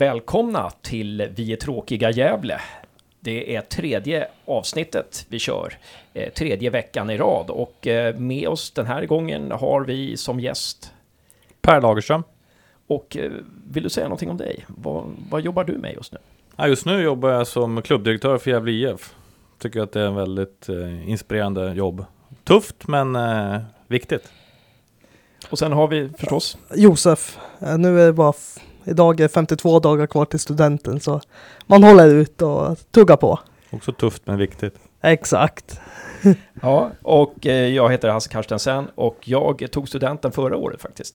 Välkomna till Vi är tråkiga Gävle. Det är 3:e avsnittet vi kör, 3:e veckan i rad. Och med oss den här gången har vi som gäst Per Lagerström. Och vill du säga någonting om dig? Vad jobbar du med just nu? Ja, just nu jobbar jag som klubbdirektör för Gävle IF. Tycker att det är en väldigt inspirerande jobb. Tufft men viktigt. Och sen har vi förstås Josef. Nu är det bara idag är 52 dagar kvar till studenten, så man håller ut och tuggar på. Också tufft men viktigt. Exakt. Ja, och jag heter Hasse Karstensen och jag tog studenten förra året faktiskt.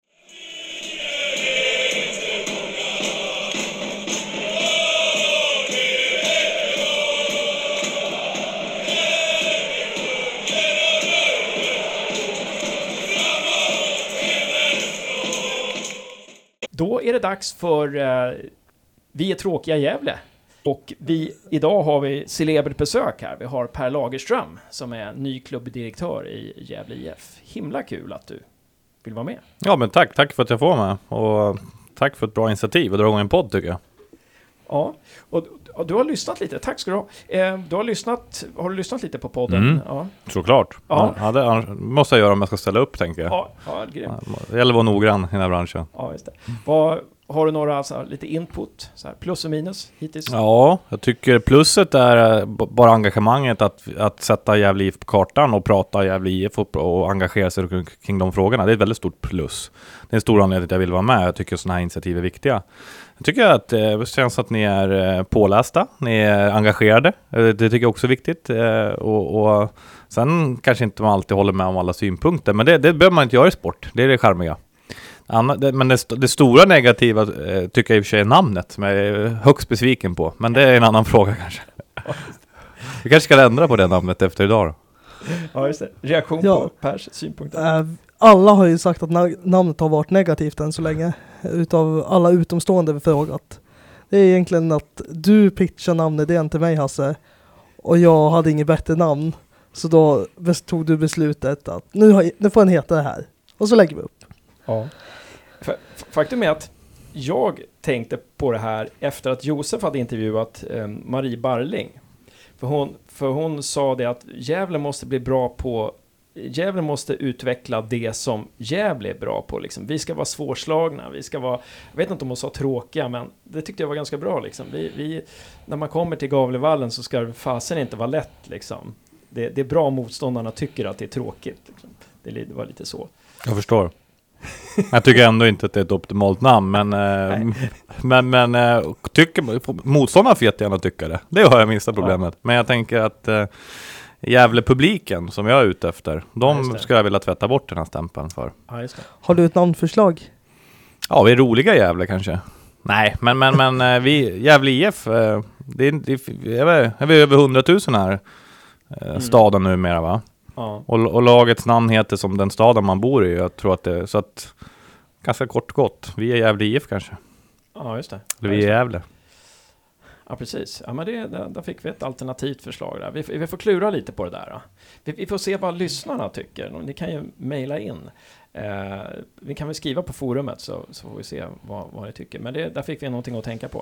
Då är det dags för Vi är tråkiga Gävle. Och idag har vi celebert besök här. Vi har Per Lagerström som är ny klubbdirektör i Gävle IF. Himla kul att du vill vara med. Ja, men tack för att jag får med. Och tack för ett bra initiativ och dra igång en podd tycker jag. Ja, och du har lyssnat lite. Tack ska du ha. Har du lyssnat lite på podden? Ja. Såklart. Ja, det måste jag göra om jag ska ställa upp, tänker jag. Ja, det gäller att vara noggrann i den här branschen. Ja, just det. Har du några lite input, så här, plus och minus hittills? Ja, jag tycker plusset är bara engagemanget att sätta Gävle IF på kartan och prata Gävle IF och engagera sig kring de frågorna. Det är ett väldigt stort plus. Det är en stor anledning att jag vill vara med. Jag tycker sådana här initiativ är viktiga. Jag tycker att det känns att ni är pålästa, ni är engagerade. Det tycker jag också är viktigt. Och sen kanske inte man alltid håller med om alla synpunkter, men det behöver man inte göra i sport. Det är det charmiga. Men det stora negativa tycker jag i och för sig är namnet som jag är högst besviken på. Men det är en annan fråga kanske. Vi kanske ska ändra på det namnet efter idag då. Ja, just det. Reaktion på Pers synpunkter. Alla har ju sagt att namnet har varit negativt än så länge. Utav alla utomstående vi frågat. Det är egentligen att du pitchar namnidén till mig, Hasse. Och jag hade inget bättre namn. Så då tog du beslutet att nu får den heta det här. Och så lägger vi upp. Ja. Faktum är att jag tänkte på det här efter att Josef hade intervjuat Marie Barling. För hon sa det att Gävle måste utveckla det som Gävle är bra på. Liksom. Vi ska vara svårslagna, jag vet inte om hon sa tråkiga, men det tyckte jag var ganska bra. Liksom. När man kommer till Gavlevallen så ska fasen inte vara lätt. Liksom. Det är bra om motståndarna tycker att det är tråkigt. Liksom. Det var lite så. Jag förstår. Jag tycker ändå inte att det är ett optimalt namn, men tycker motståndarna får jättegärna tycka det. Det har jag minsta problemet. Ja. Men jag tänker att Gävle-publiken som jag är ute efter, de ska jag vilja tvätta bort den här stämpeln för. Ja, just det. Har du ett namnförslag? Ja, vi är roliga Gävle kanske. Nej, men vi Gävle IF, det är vi över 100 000 här staden numera, va? Ja. Och lagets namn heter som den staden man bor i. Jag tror att det är så att ganska kort gott. Vi är Gävle IF kanske. Ja, just det. Eller vi är Gävle. Ja, precis. Ja, men där fick vi ett alternativt förslag där. Vi får klura lite på det där. Då. Vi får se vad lyssnarna tycker. Ni kan ju mejla in. Vi kan väl skriva på forumet så får vi se vad ni tycker. Men där fick vi någonting att tänka på.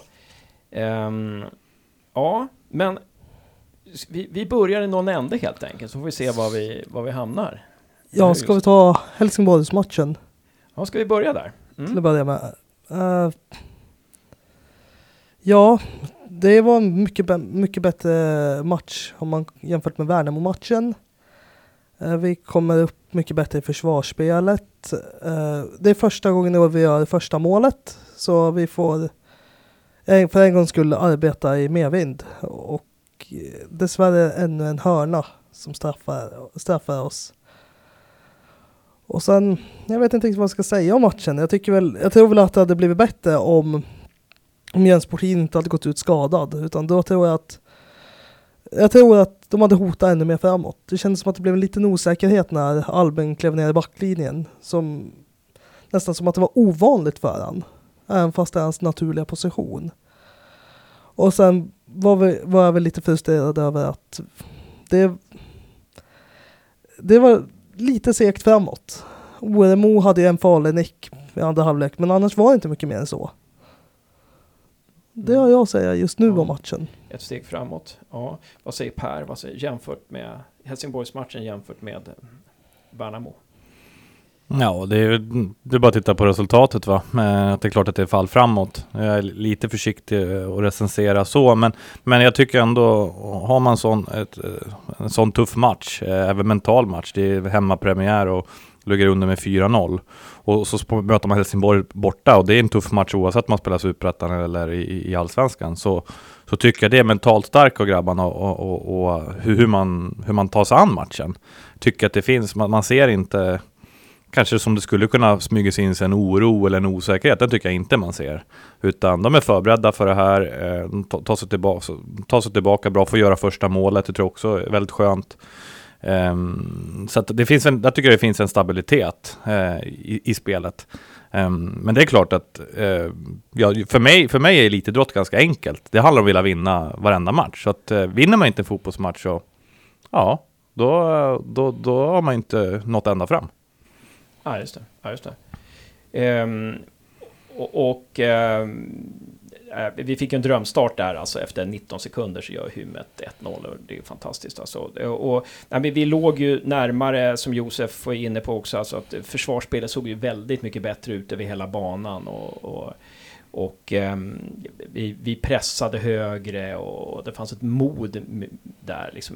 Ja, men vi börjar i någon ände helt enkelt. Så får vi se var vi hamnar. Ja, ska vi ta Helsingborgsmatchen? Ja, ska vi börja där? Till att börja med. Ja, det var en mycket bättre match om man jämfört med Värnamo-matchen. Vi kommer upp mycket bättre i försvarsspelet. Det är första gången vi gör första målet. Så vi får för en gång skulle arbeta i medvind. Och dessvärre ännu en hörna som straffar oss. Och sen, jag vet inte riktigt vad jag ska säga om matchen. Jag tror väl att det hade blivit bättre om Jens Portin inte hade gått ut skadad. Utan då tror jag att de hade hotat ännu mer framåt. Det kändes som att det blev en liten osäkerhet när Albin klev ner i backlinjen. Nästan som att det var ovanligt för han. Även fast det är hans naturliga position. Och sen var jag väl lite frustrerad över att det var lite segt framåt. Oremo hade ju en farlig nick i andra halvlek, men annars var det inte mycket mer än så. Det har jag att säga just nu om matchen. Ett steg framåt. Ja. Vad säger Per? Vad säger jämfört med Helsingborgs-matchen jämfört med Värnamo? Ja, det är bara att titta på resultatet, va. Men det är klart att det är fall framåt. Jag är lite försiktig att recensera så, men jag tycker ändå, har man en sån tuff match, även mental match, det är hemmapremiär och ligger under med 4-0. Och så möter man Helsingborg borta, och det är en tuff match oavsett om man spelar Superettan eller i Allsvenskan. Så tycker jag det är mentalt stark av grabbarna och hur man tar sig an matchen. Tycker att det finns, man ser inte kanske som det skulle kunna smyga sig in en oro eller en osäkerhet. Den tycker jag inte man ser. Utan de är förberedda för det här. Ta sig tillbaka bra för att göra första målet. Det tror jag också är väldigt skönt. Så att jag tycker det finns en stabilitet i spelet. Men det är klart att för mig är elitidrott ganska enkelt. Det handlar om att vilja vinna varenda match. Så att vinner man inte en fotbollsmatch så då har man inte nått ända fram. Ja, just det. Vi fick en drömstart där, alltså efter 19 sekunder så gör Hymmet 1-0 och det är fantastiskt alltså. Vi låg ju närmare, som Josef var inne på också, alltså att försvarsspelet såg ju väldigt mycket bättre ut över hela banan och vi pressade högre och det fanns ett mod där liksom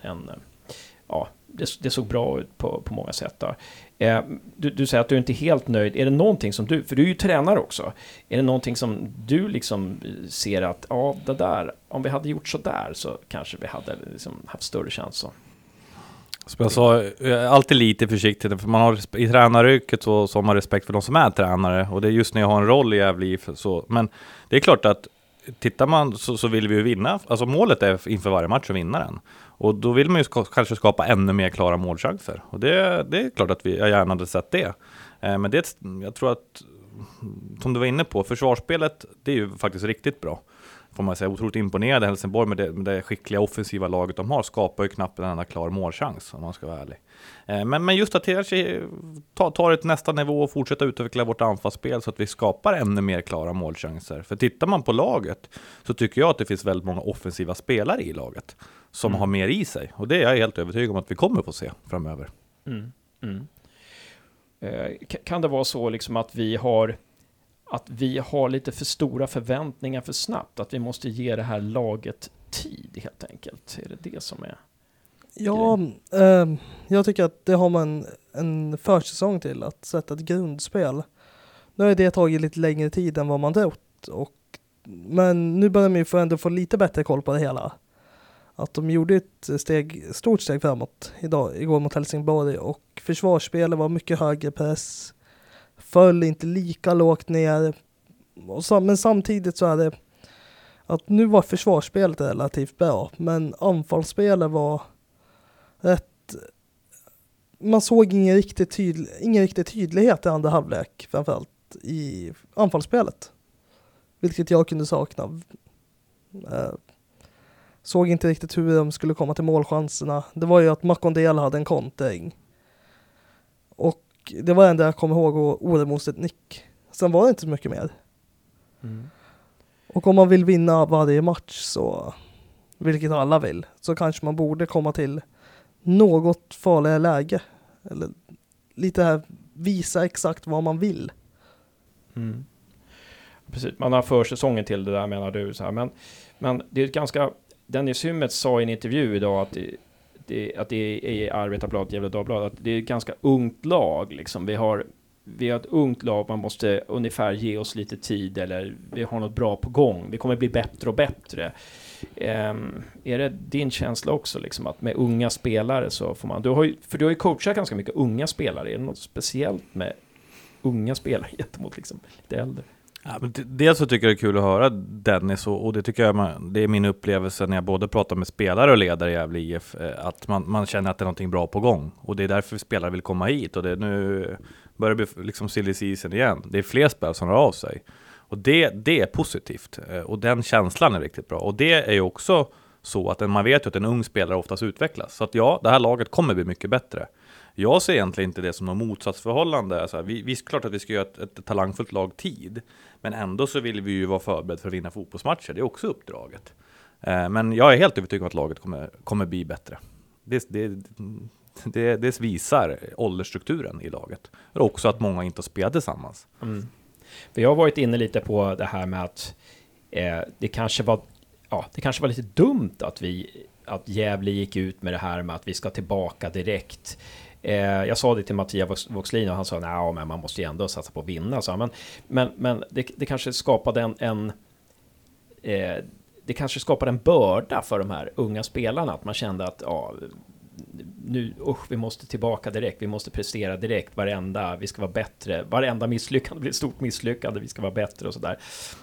det såg bra ut på många sätt där. Du säger att du inte är helt nöjd. Är det någonting som för du är ju tränare också, är det någonting som du liksom ser att det där, om vi hade gjort så där så kanske vi hade liksom haft större chans så? Som jag sa, alltid lite försiktigt, för man har i tränaryrket så har man respekt för de som är tränare, och det är just när jag har en roll i Gävle, så. Men det är klart att tittar man så vill vi ju vinna. Alltså målet är inför varje match att vinna den. Och då vill man ju kanske skapa ännu mer klara målchanser. Och det är klart att jag gärna hade sett det. Men jag tror att, som du var inne på, försvarsspelet, det är ju faktiskt riktigt bra. Får man säga, otroligt imponerande. Helsingborg med det skickliga offensiva laget de har skapar ju knappt en enda klar målchans, om man ska vara ärlig. Men just att ta det till nästa nivå och fortsätta utveckla vårt anfallsspel så att vi skapar ännu mer klara målchanser. För tittar man på laget så tycker jag att det finns väldigt många offensiva spelare i laget som har mer i sig. Och det är jag helt övertygad om att vi kommer få se framöver. Kan det vara så liksom att vi har lite för stora förväntningar för snabbt, att vi måste ge det här laget tid helt enkelt? Är det som är? Ja, jag tycker att det har man en försäsong till att sätta ett grundspel. Nu har det tagit lite längre tid än vad man trott, men nu börjar man ju ändå få lite bättre koll på det hela. Att de gjorde ett stort steg framåt igår mot Helsingborg, och försvarsspelet var mycket högre press, föll inte lika lågt ner, men samtidigt så är det att nu var försvarsspelet relativt bra, men anfallsspelet var rätt, man såg ingen riktig tydlighet i andra halvlek, framförallt i anfallsspelet, vilket jag kunde sakna. Såg inte riktigt hur de skulle komma till målchanserna. Det var ju att Makondel hade en kontring. Och det var det enda jag kom ihåg, och Oremos ett nick. Sen var det inte så mycket mer. Och om man vill vinna varje match, så, vilket alla vill, så kanske man borde komma till något farligare läge. Eller lite här, visa exakt vad man vill. Precis, man har försäsongen till det där, menar du så här. Men det är ganska, Dennis Hymmet sa i en intervju idag att det är i Arbetarbladet, Gävle Dagblad, att det är ett ganska ungt lag liksom. Vi har ett ungt lag, man måste ungefär ge oss lite tid, eller vi har något bra på gång, vi kommer bli bättre och bättre. Är det din känsla också liksom, att med unga spelare så får man, du har ju coachat ganska mycket unga spelare, är det något speciellt med unga spelare gentemot liksom lite äldre? Ja, men dels så tycker jag det är kul att höra Dennis, och det tycker jag det är min upplevelse när jag både pratar med spelare och ledare i Gävle IF, att man känner att det är någonting bra på gång, och det är därför spelare vill komma hit, och det nu börjar bli liksom silly season igen. Det är fler spelare som rör av sig, och det är positivt, och den känslan är riktigt bra, och det är ju också så att man vet ju att en ung spelare oftast utvecklas, så att det här laget kommer bli mycket bättre. Jag ser egentligen inte det som något motsatsförhållande. Alltså, vi är klart att vi ska göra ett talangfullt lag tid, men ändå så vill vi ju vara förberedd för att vinna fotbollsmatcher. Det är också uppdraget. Men jag är helt övertygad om att laget kommer bli bättre. Det visar åldersstrukturen i laget. Och också att många inte har spelat tillsammans. Mm. För jag har varit inne lite på det här med att det kanske var lite dumt att Gävle gick ut med det här med att vi ska tillbaka direkt. Jag sa det till Mattias Voxlin och han sa nej, men man måste ju ändå satsa på att vinna. Så. Men det kanske skapade det kanske skapade en börda för de här unga spelarna, att man kände att vi måste tillbaka direkt, vi måste prestera direkt, vi ska vara bättre, varenda misslyckande blir ett stort misslyckande, vi ska vara bättre och sådär.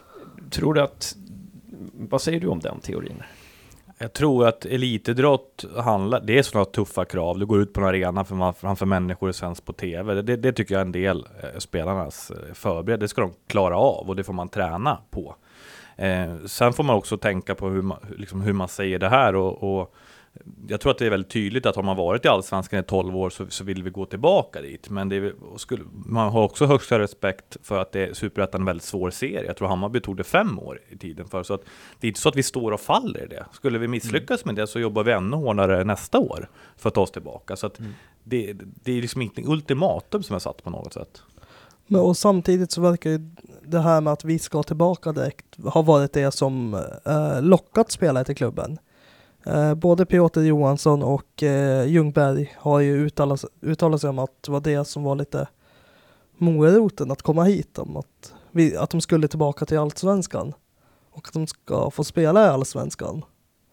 Vad säger du om den teorin? Jag tror att elitidrott det är sådana tuffa krav. Du går ut på en arena framför människor och sänds på tv. Det tycker jag är en del spelarnas förberedelse. Det ska de klara av och det får man träna på. Sen får man också tänka på hur man säger det här och jag tror att det är väldigt tydligt att har man varit i Allsvenskan i 12 år så vill vi gå tillbaka dit. Men man har också högsta respekt för att det är Superettan en väldigt svår serie. Jag tror Hammarby tog det 5 år i tiden för. Så att det är inte så att vi står och faller i det. Skulle vi misslyckas med det så jobbar vi ännu hårdare nästa år för att ta oss tillbaka. Så att det är liksom inte ultimatum som är satt på något sätt. Men och samtidigt så verkar ju det här med att vi ska tillbaka direkt har varit det som lockat spelare till klubben. Både Piotr Johansson och Ljungberg har ju uttalat sig om att det var det som var lite moroten att komma hit, om att de skulle tillbaka till Allsvenskan och att de ska få spela i Allsvenskan.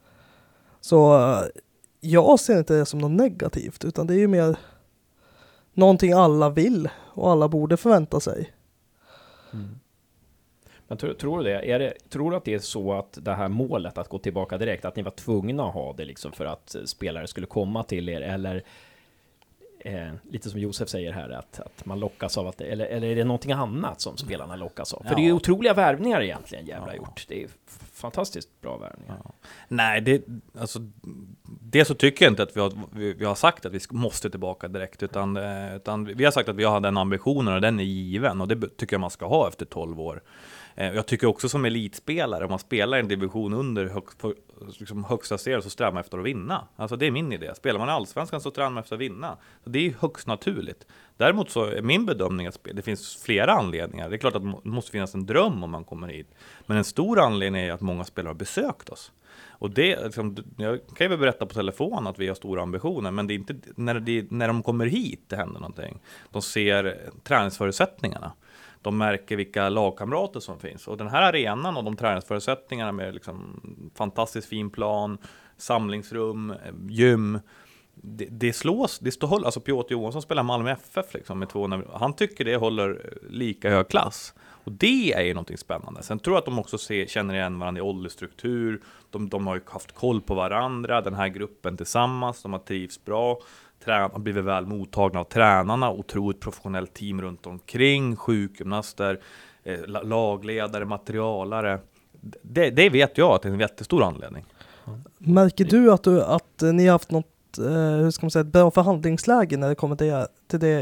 Så jag ser inte det som något negativt, utan det är ju mer någonting alla vill och alla borde förvänta sig. Mm. Men tror du det? Tror du att det är så att det här målet att gå tillbaka direkt, att ni var tvungna att ha det liksom för att spelare skulle komma till er, eller lite som Josef säger här, att man lockas av att eller är det någonting annat som spelarna lockas av? För det är ju otroliga värvningar egentligen Gävle har gjort. Det är fantastiskt bra värvningar. Ja. Nej, det så tycker jag inte att vi har sagt att vi måste tillbaka direkt, utan vi har sagt att vi har den ambitionen och den är given, och det tycker jag man ska ha efter 12 år. Jag tycker också som elitspelare, om man spelar en division under högsta serien, så strävar man efter att vinna. Alltså det är min idé. Spelar man i Allsvenskan så strävar man efter att vinna. Så det är högst naturligt. Däremot så är min bedömning att det finns flera anledningar. Det är klart att det måste finnas en dröm om man kommer hit. Men en stor anledning är att många spelare har besökt oss. Och det, liksom, jag kan ju väl berätta på telefon att vi har stora ambitioner, men det är inte när de kommer hit det händer någonting. De ser träningsförutsättningarna. De märker vilka lagkamrater som finns. Och den här arenan och de träningsförutsättningarna med liksom fantastiskt fin plan, samlingsrum, gym. Det står, alltså Piotr Johansson spelar Malmö FF liksom, med 200. Han tycker det håller lika hög klass. Och det är ju någonting spännande. Sen tror jag att de också känner igen varandra i åldersstruktur. De har ju haft koll på varandra, den här gruppen tillsammans. De har trivs bra. Har blivit väl mottagna av tränarna, otroligt professionellt team runt omkring, sjukgymnaster, lagledare, materialare. Det vet jag att det är en jättestor anledning. Märker du att ni har haft något ett bra förhandlingsläge när det kommer till det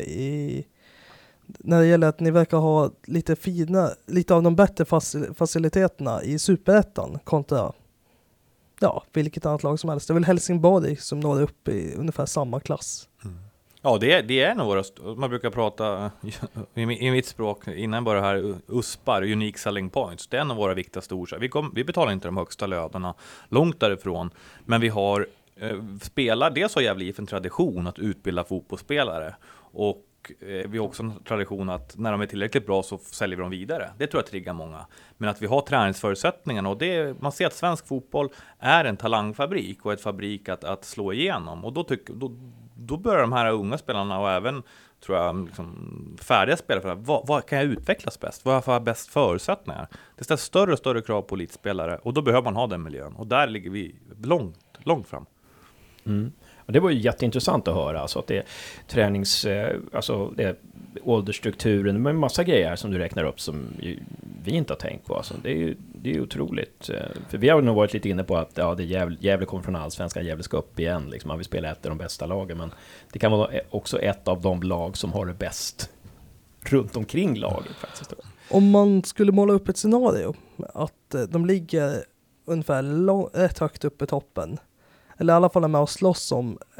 när det gäller att ni verkar ha lite av de bättre faciliteterna i Superettan kontra vilket annat lag som helst? Det är väl Helsingborg som når upp i ungefär samma klass. Mm. Ja, det är nog man brukar prata i mitt språk innan bara här USPar, Unique Selling Points. Det är en av våra viktigaste orsaker. Vi betalar inte de högsta lönerna, långt därifrån, men vi har dels har Gävle IF en tradition att utbilda fotbollsspelare, och vi har också en tradition att när de är tillräckligt bra så säljer vi dem vidare. Det tror jag triggar många. Men att vi har träningsförutsättningarna, och man ser att svensk fotboll är en talangfabrik och ett fabrik att slå igenom. Och då börjar de här unga spelarna, och även tror jag liksom, färdiga spelare, vad kan jag utvecklas bäst? Vad har jag bäst förutsättningar? Det ställs större och större krav på elitspelare, och då behöver man ha den miljön. Och där ligger vi långt fram. Mm. Och det var ju jätteintressant att höra, alltså att det är alltså det är åldersstrukturen, med en massa grejer som du räknar upp som vi inte har tänkt på. Alltså det är ju otroligt. För vi har nog varit lite inne på att det är Gävle kommer från Allsvenskan, Gävle ska upp igen. Liksom. Man vill spela ett av de bästa lagen, men det kan vara också ett av de lag som har det bäst runt omkring laget faktiskt. Om man skulle måla upp ett scenario att de ligger ungefär rätt högt upp i toppen, eller i alla fall är med och slåss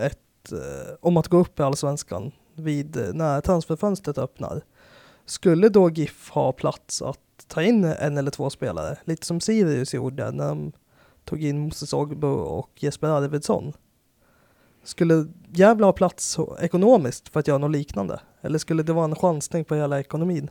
om att gå upp i Allsvenskan när transferfönstret öppnar, skulle då GIF ha plats att ta in en eller två spelare, lite som Sirius gjorde när de tog in Moses Ogbu och Jesper Arvidsson? Skulle Gävle ha plats ekonomiskt för att göra något liknande? Eller skulle det vara en chansning på hela ekonomin?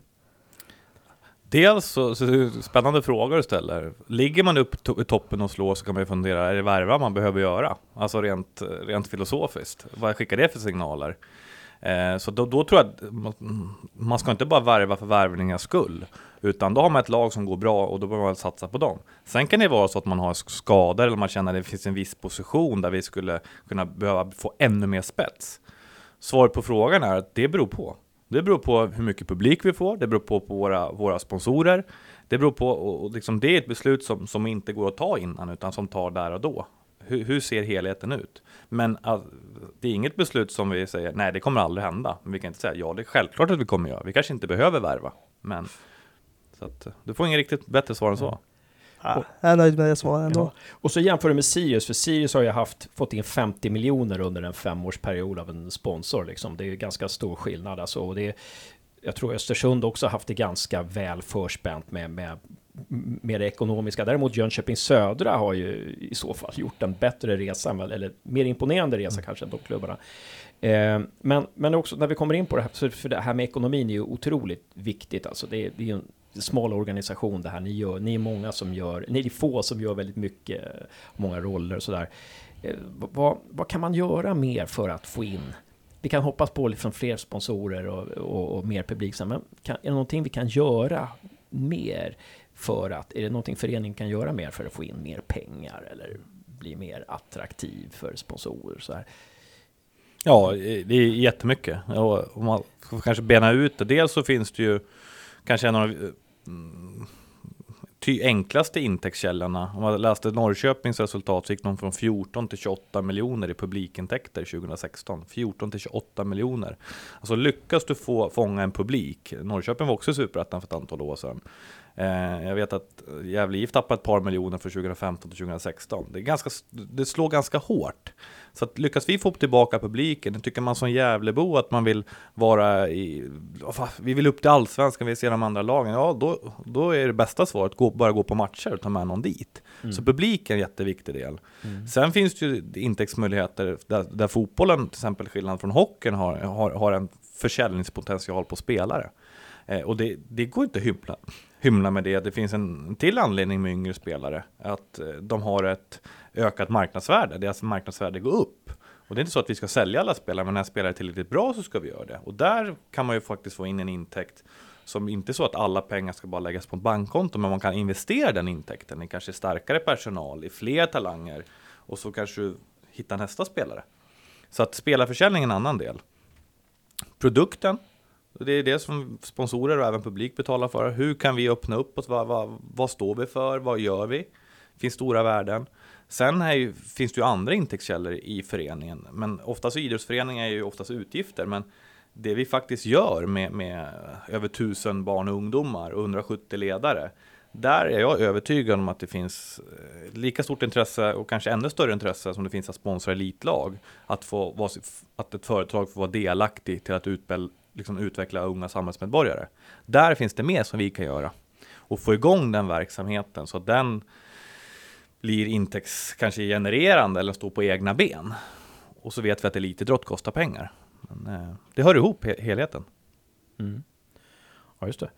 Dels så spännande frågor du ställer. Ligger man upp i toppen och slår, så kan man ju fundera, är det värva man behöver göra? Alltså rent filosofiskt. Vad skickar det för signaler? Så då tror jag att man ska inte bara värva för värvningens skull, utan då har man ett lag som går bra och då behöver man satsa på dem. Sen kan det vara så att man har skador eller man känner att det finns en viss position där vi skulle kunna behöva få ännu mer spets. Svaret på frågan är att det beror på. Det beror på hur mycket publik vi får, det beror på våra sponsorer, det beror på, och liksom det är ett beslut som inte går att ta innan, utan som tar där och då. Hur ser helheten ut? Men det är inget beslut som vi säger, nej det kommer aldrig hända. Men vi kan inte säga, ja det är självklart att vi kommer göra. Vi kanske inte behöver värva. Men så att, du får ingen riktigt bättre svar än så. Jag är nöjd med det svaret ändå. Ja. Och så jämför du med Sirius, för Sirius har ju fått in 50 miljoner under en 5-årsperiod av en sponsor. Liksom. Det är ju ganska stor skillnad. Alltså. Och jag tror Östersund också har haft det ganska väl förspänt med det ekonomiska. Däremot Jönköping Södra har ju i så fall gjort en bättre resa, eller mer imponerande resa kanske än de klubbarna. Men också när vi kommer in på det här, för det här med ekonomin är ju otroligt viktigt. Alltså det är ju en smal organisation det här ni gör. Ni är få som gör väldigt mycket, många roller och sådär. Vad kan man göra mer för att få in? Vi kan hoppas på liksom fler sponsorer och mer publik. Men är det någonting vi kan göra mer är det någonting föreningen kan göra mer för att få in mer pengar eller bli mer attraktiv för sponsorer så här? Ja, det är jättemycket. Och man får kanske bena ut det. Dels så finns det ju kanske en av de enklaste intäktskällorna. Om man läste Norrköpings resultat så gick de från 14 till 28 miljoner i publikintäkter 2016. 14 till 28 miljoner. Alltså lyckas du fånga en publik. Norrköping var också superettan för ett antal år sedan. Jag vet att Gävle IF tappade ett par miljoner från 2015 till 2016. Det slår ganska hårt. Så att lyckas vi få tillbaka publiken, det tycker man som Gävlebo att man vill vi vill upp till Allsvenskan, vi ser de andra lagen. Ja, då är det bästa svaret att bara gå på matcher och ta med någon dit. Så publiken är en jätteviktig del. Sen finns det ju intäktsmöjligheter där fotbollen, till exempel skillnad från hockeyn, har en försäljningspotential på spelare. Och det går inte att hymla med det. Det finns en till anledning med yngre spelare, att de har ett ökat marknadsvärde. Deras marknadsvärde går upp. Och det är inte så att vi ska sälja alla spelare, men när spelare är tillräckligt bra så ska vi göra det. Och där kan man ju faktiskt få in en intäkt som inte är så att alla pengar ska bara läggas på ett bankkonto, men man kan investera den intäkten i kanske starkare personal, i fler talanger, och så kanske du hittar nästa spelare. Så att spelarförsäljning är en annan del. Produkten, det är det som sponsorer och även publik betalar för. Hur kan vi öppna upp oss? Vad står vi för? Vad gör vi? Det finns stora värden. Sen finns det ju andra intäktskällor i föreningen. Men oftast idrottsföreningar är ju oftast utgifter. Men det vi faktiskt gör med över 1000 barn och ungdomar och 170 ledare, där är jag övertygad om att det finns lika stort intresse och kanske ännu större intresse som det finns att sponsra elitlag. Att ett företag får vara delaktig till att utveckla unga samhällsmedborgare. Där finns det mer som vi kan göra. Och få igång den verksamheten så att den blir kanske genererande eller står på egna ben. Och så vet vi att elitidrott kostar pengar. Men det hör ihop helheten. Mm. Ja, just det.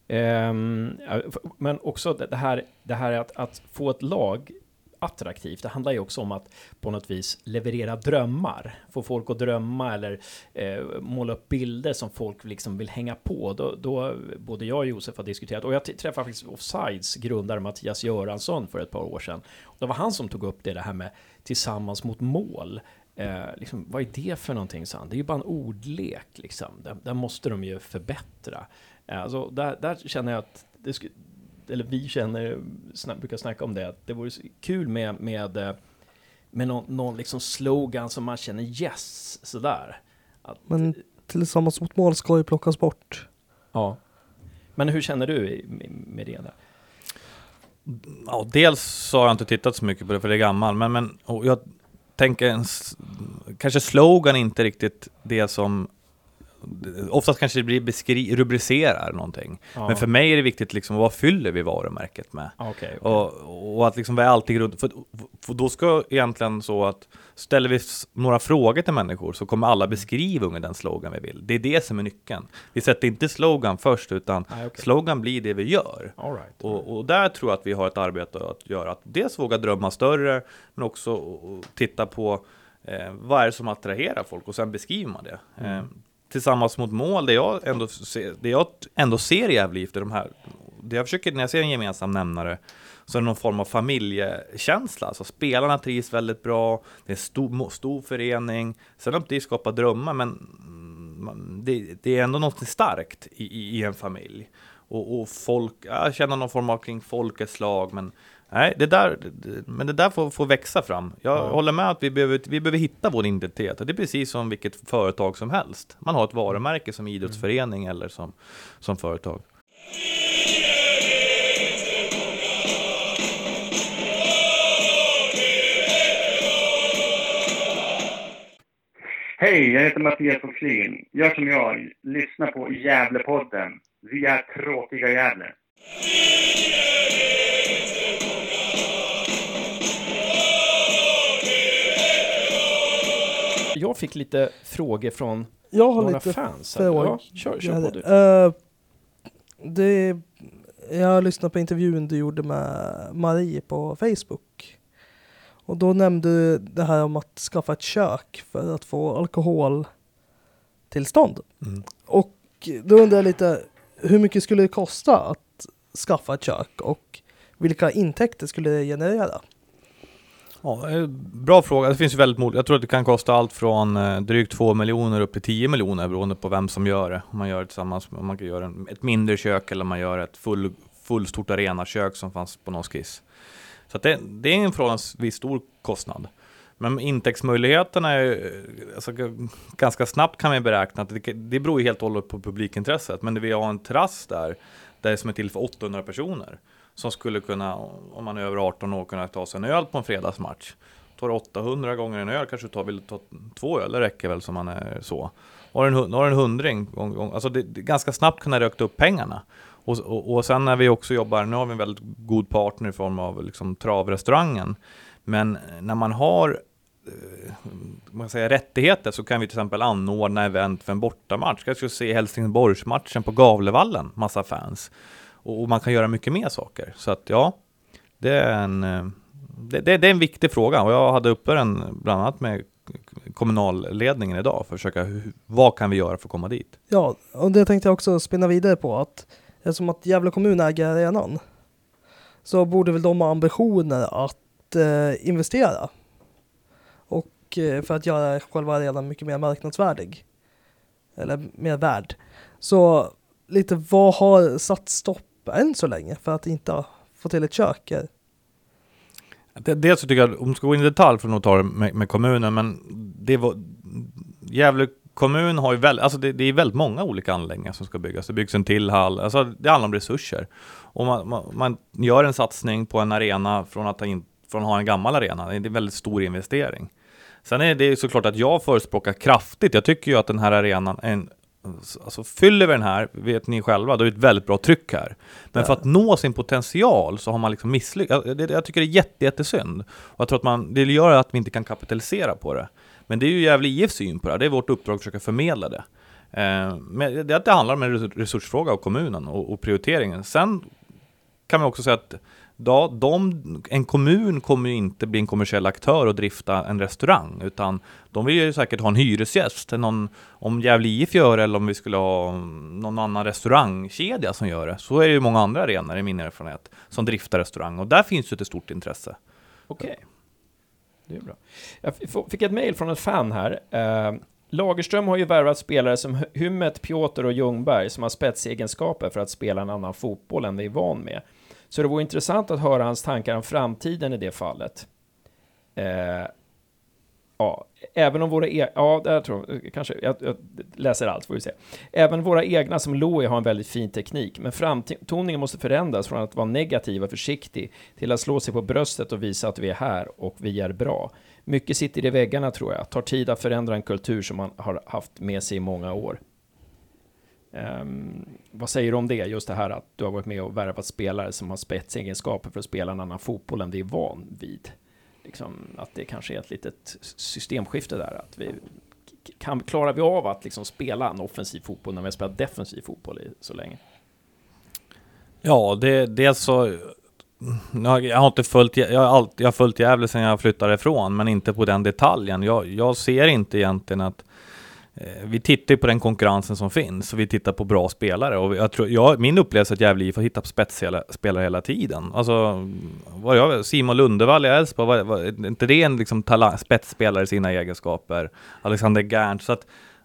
Men också det här att få ett lag attraktivt. Det handlar ju också om att på något vis leverera drömmar. Få folk att drömma eller måla upp bilder som folk liksom vill hänga på. Då både jag och Josef har diskuterat, och jag träffade faktiskt Offsides grundare Mattias Göransson för ett par år sedan. Det var han som tog upp det här med tillsammans mot mål. liksom, vad är det för någonting, sa han? Det är ju bara en ordlek liksom. Där måste de ju förbättra. Alltså, där känner jag att eller vi brukar snacka om det, att det vore kul med någon liksom slogan som man känner yes, sådär. Men tillsammans mot mål ska ju plockas bort. Ja. Men hur känner du med det där? Ja, dels så har jag inte tittat så mycket på det för det är gammal, men och jag tänker kanske slogan inte riktigt det som oftast kanske det blir rubricerar någonting. Ja. Men för mig är det viktigt liksom, vad fyller vi varumärket med? Okay. Och att liksom, vad är alltid grund för då ska egentligen så att ställer vi några frågor till människor så kommer alla beskriva ungefär den slogan vi vill. Det är det som är nyckeln. Vi sätter inte slogan först utan slogan blir det vi gör. All right. Och där tror jag att vi har ett arbete att göra. Att dels våga drömma större men också titta på vad är det som attraherar folk och sen beskriver man det. Tillsammans mot mål, det jag ändå ser i Gävle IF, det jag försöker, när jag ser en gemensam nämnare, så är det någon form av familjekänsla. Alltså spelarna trivs väldigt bra, det är stor förening. Sen om det skapar drömmar, men det är ändå något starkt i en familj. Och folk, jag känner någon form av kring folkets slag, men nej, det där får växa fram. Jag håller med att vi behöver hitta vår identitet. Och det är precis som vilket företag som helst. Man har ett varumärke som idrottsförening eller som företag. Hej, jag heter Mattias Foxlin. Gör som jag, lyssna på Gävlepodden. Vi är tråkiga Gävle. Jag fick lite frågor från några fans. Kör på du. Jag lyssnade på intervjun du gjorde med Marie på Facebook. Och då nämnde du det här om att skaffa ett kök för att få alkoholtillstånd. Och då undrar jag lite, hur mycket skulle det kosta att skaffa ett kök och vilka intäkter skulle det generera? Ja, bra fråga. Det finns ju väldigt jag tror att det kan kosta allt från drygt 2 miljoner upp till 10 miljoner beroende på vem som gör det. Om man gör det tillsammans, om man kan göra ett mindre kök eller om man gör ett fullstort arenakök som fanns på någon skiss. Så att det är en förhållandevis stor kostnad. Men intäktsmöjligheterna är alltså, ganska snabbt kan man beräkna att det beror ju helt och hållet på publikintresset. Men vi har en terrass där som är till för 800 personer. Som skulle kunna, om man är över 18 år, kunna ta sig en öl på en fredagsmatch. Tar 800 gånger en öl, kanske vill ta 2 öl, det räcker väl som man är så. Har en 100 alltså det ganska snabbt kunna röka upp pengarna. Och sen när vi också jobbar, nu har vi en väldigt god partner i form av liksom travrestaurangen. Men när man har rättigheter så kan vi till exempel anordna event för en bortamatch. Jag ska se Helsingborgsmatchen på Gavlevallen, massa fans. Och man kan göra mycket mer saker. Så att ja, det är en viktig fråga. Och jag hade uppe den bland annat med kommunalledningen idag för att försöka, vad kan vi göra för att komma dit? Ja, och det tänkte jag också spinna vidare på, att eftersom att Gävle kommun äger arenan så borde väl de ha ambitioner att investera och för att göra själva arenan mycket mer marknadsvärdig eller mer värd. Så lite, vad har satt stopp än så länge för att inte få till ett kök? Dels så tycker jag, om man ska gå in i detalj för att ta det med kommunen, men Gävle kommun har ju alltså det är väldigt många olika anläggningar som ska byggas. Det byggs en till hall, alltså det handlar om resurser. Och man gör en satsning på en arena från att ha en gammal arena. Det är en väldigt stor investering. Sen är det såklart att jag förespråkar kraftigt. Jag tycker ju att den här arenan alltså fyller vi den här, vet ni själva, då är det ett väldigt bra tryck här. Men för att nå sin potential så har man liksom misslyckats. Jag tycker det är jättesynd. Och jag tror att det gör att vi inte kan kapitalisera på det. Men det är ju Gävle IFs syn på det. Det är vårt uppdrag att försöka förmedla det. Men det handlar om en resursfråga av kommunen och prioriteringen. Sen kan man också säga att en kommun kommer ju inte bli en kommersiell aktör och drifta en restaurang, utan de vill ju säkert ha en hyresgäst, om Gävle IF gör eller om vi skulle ha någon annan restaurangkedja som gör det. Så är det ju många andra arenor i min erfarenhet som driftar restaurang, och där finns ju ett stort intresse. Okej. Det är bra. Jag fick ett mejl från en fan här. Lagerström har ju värvat spelare som Hummet, Piotr och Ljungberg som har spetsegenskaper för att spela en annan fotboll än vi är van med. Så det vore intressant att höra hans tankar om framtiden i det fallet. Ja, även om våra jag tror kanske jag läser allt, får vi se. Även våra egna som Louis har en väldigt fin teknik, men framtoningen måste förändras från att vara negativ och försiktig till att slå sig på bröstet och visa att vi är här och vi är bra. Mycket sitter i väggarna, tror jag. Tar tid att förändra en kultur som man har haft med sig i många år. Vad säger du om det? Just det här att du har varit med och värvat spelare som har spetsegenskaper för att spela en annan fotboll än vi är van vid. Liksom, att det kanske är ett litet systemskifte där. Att klarar vi av att liksom spela en offensiv fotboll när vi har spelat defensiv fotboll så länge? Ja, det är så... Jag har inte följt, jag har följt Gävle sedan jag flyttade ifrån, men inte på den detaljen. Jag ser inte egentligen att vi tittar på den konkurrensen som finns och vi tittar på bra spelare, och jag tror, min upplevelse är att Gävle får hitta spetsspelare hela tiden. Alltså, Simon Lundevall i Elfsborg, var inte det en liksom spetsspelare i sina egenskaper? Alexander Gerndt, så att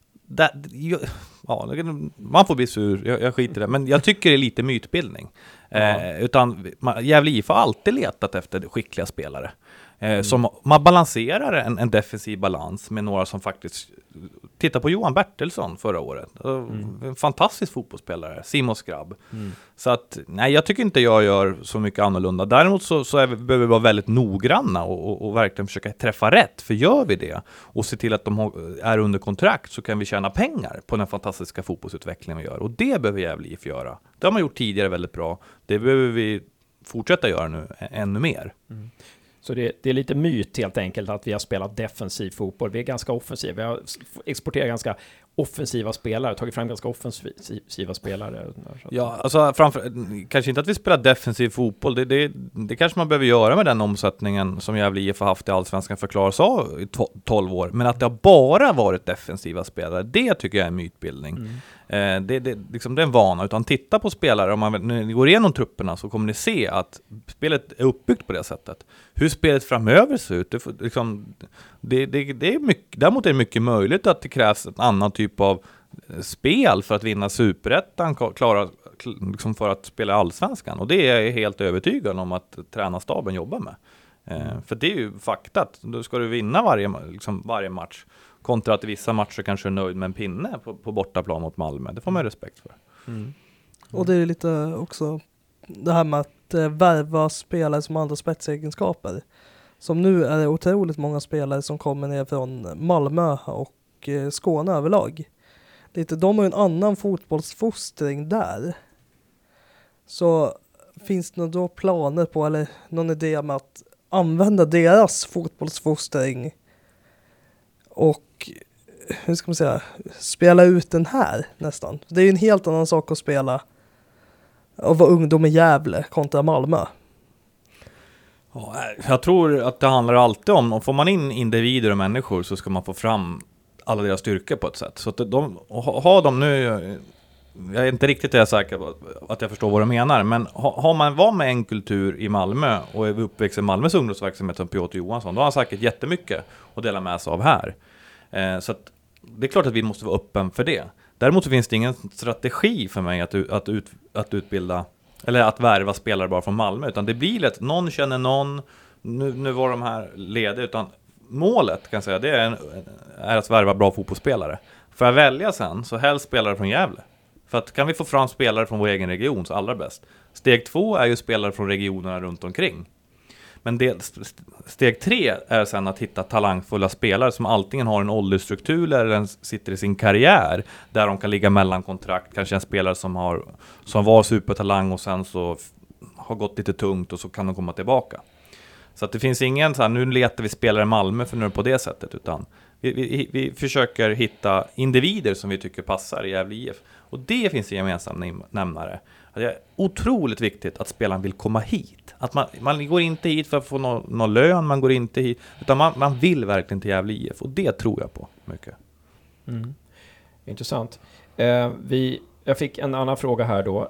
man får bli sur, jag skiter i det, men jag tycker det är lite mytbildning. Utan Gävle IF har alltid letat efter skickliga spelare. Som man balanserar en defensiv balans med några som faktiskt... Titta på Johan Bertilsson förra året. En fantastisk fotbollsspelare. Simon Skrabb. Så att, nej, jag tycker inte jag gör så mycket annorlunda. Däremot så behöver vi vara väldigt noggranna och verkligen försöka träffa rätt. För gör vi det och se till att de är under kontrakt, så kan vi tjäna pengar på den fantastiska fotbollsutvecklingen vi gör. Och det behöver Gävle IF göra. Det har man gjort tidigare väldigt bra. Det behöver vi fortsätta göra nu ännu mer. Så det är lite myt helt enkelt att vi har spelat defensiv fotboll. Vi är ganska offensiva. Vi har exporterat ganska offensiva spelare, tagit fram ganska offensiva spelare. Ja, alltså kanske inte att vi spelar defensiv fotboll. Det kanske man behöver göra med den omsättningen som Gävle IF har haft i Allsvenskan för Klara sa i 12 år. Men att det har bara varit defensiva spelare, det tycker jag är en mytbildning. Det är en vana, utan titta på spelare. Om ni går igenom trupperna så kommer ni se att spelet är uppbyggt på det sättet. Hur spelet framöver ser ut, det är mycket, däremot är det mycket möjligt att det krävs en annan typ av spel för att vinna Superettan, för att spela Allsvenskan. Och det är jag helt övertygad om att tränarstaben jobbar med. För det är ju faktat. Då ska du vinna varje match. Kontra att i vissa matcher kanske är nöjd med en pinne på bortaplan mot Malmö. Det får man respekt för. Och det är lite också det här med att värva spelare som har andra spetsegenskaper. Som nu är det otroligt många spelare som kommer ner från Malmö och Skåne överlag. De har ju en annan fotbollsfostring där. Så finns det då planer på, eller någon idé med att använda deras fotbollsfostring och, hur ska man säga, spela ut den här nästan. Det är ju en helt annan sak att spela och vara ungdom i Gävle kontra Malmö. Jag tror att det handlar alltid om, får man in individer och människor så ska man få fram alla deras styrkor på ett sätt. Så att har de nu, jag är inte riktigt säker på att jag förstår vad de menar, men har man varit med en kultur i Malmö och är uppväxt i Malmös ungdomsverksamhet som Piotr Johansson, då har han säkert jättemycket att dela med sig av här. Så att det är klart att vi måste vara öppen för det. Däremot så finns det ingen strategi för mig att utbilda eller att värva spelare bara från Malmö, utan det blir lätt, någon känner någon, nu var de här lediga, utan målet kan jag säga, det är att värva bra fotbollsspelare. För att välja sen, så helst spelare från Gävle. För att kan vi få fram spelare från vår egen region så allra bäst. Steg 2 är ju spelare från regionerna runt omkring. Men steg 3 är sen att hitta talangfulla spelare som antingen har en åldersstruktur eller sitter i sin karriär där de kan ligga mellan kontrakt. Kanske en spelare som var supertalang och sen så har gått lite tungt och så kan de komma tillbaka. Så att det finns ingen så här, nu letar vi spelare i Malmö för nu på det sättet, utan vi försöker hitta individer som vi tycker passar i Gävle IF. Och det finns en gemensam nämnare. Det är otroligt viktigt att spelaren vill komma hit. Att man går inte hit för att få någon lön, man går inte hit, utan man vill verkligen till Gävle IF. Och det tror jag på mycket. Intressant. Jag fick en annan fråga här då.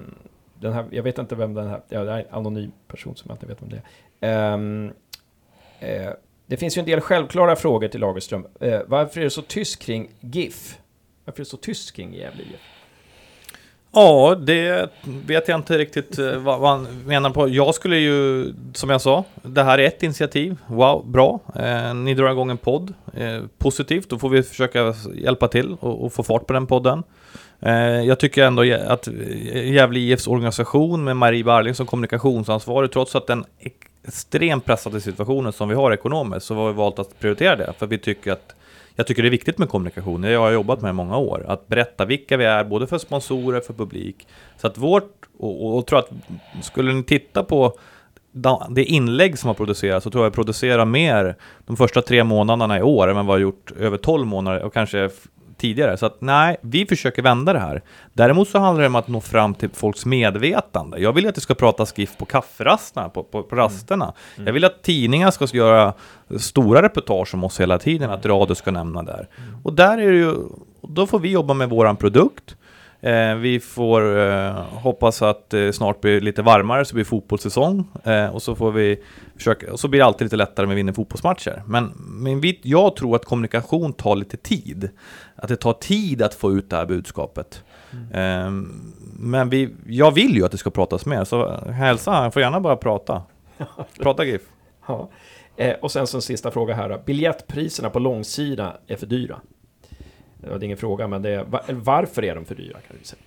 Den här, jag vet inte vem den här, det är en anonym person som jag inte vet om det är. Det finns ju en del självklara frågor till Lagerström. Varför är det så tyst kring GIF? Varför är det så tyst kring Gävle IF? Ja, det vet jag inte riktigt vad han menar på. Jag skulle ju, som jag sa, det här är ett initiativ. Wow, bra. Ni drar igång en podd. Positivt, då får vi försöka hjälpa till och få fart på den podden. Jag tycker ändå att Gävle IFs organisation med Marie Barling som kommunikationsansvarig, trots att den extremt pressade situationen som vi har ekonomiskt, så har vi valt att prioritera det. För vi tycker jag tycker det är viktigt med kommunikation. Jag har jobbat med i många år. Att berätta vilka vi är, både för sponsorer och för publik. Så att och tror att skulle ni titta på det inlägg som har producerats, så tror jag producerar mer de första 3 månaderna i år än vad vi har gjort över 12 månader och kanske tidigare. Så att nej, vi försöker vända det här. Däremot så handlar det om att nå fram till folks medvetande. Jag vill att det ska pratas GIF på kafferasterna, på rasterna. Jag vill att tidningar ska göra stora reportage om oss hela tiden, att radio ska nämna där. Och där är det ju, då får vi jobba med våran produkt. Vi får hoppas att snart blir lite varmare, så blir fotbollssäsong, och så får vi försöka, och så blir det alltid lite lättare med att vinna fotbollsmatcher. Men jag tror att kommunikation tar lite tid. Att det tar tid att få ut det här budskapet. Men jag vill ju att det ska pratas mer, så hälsa, han får gärna bara prata. Prata GIF. Ja. Och sen som sista fråga här då. Biljettpriserna på långsida är för dyra. Det är ingen fråga, men varför är de för dyra, kan du säga?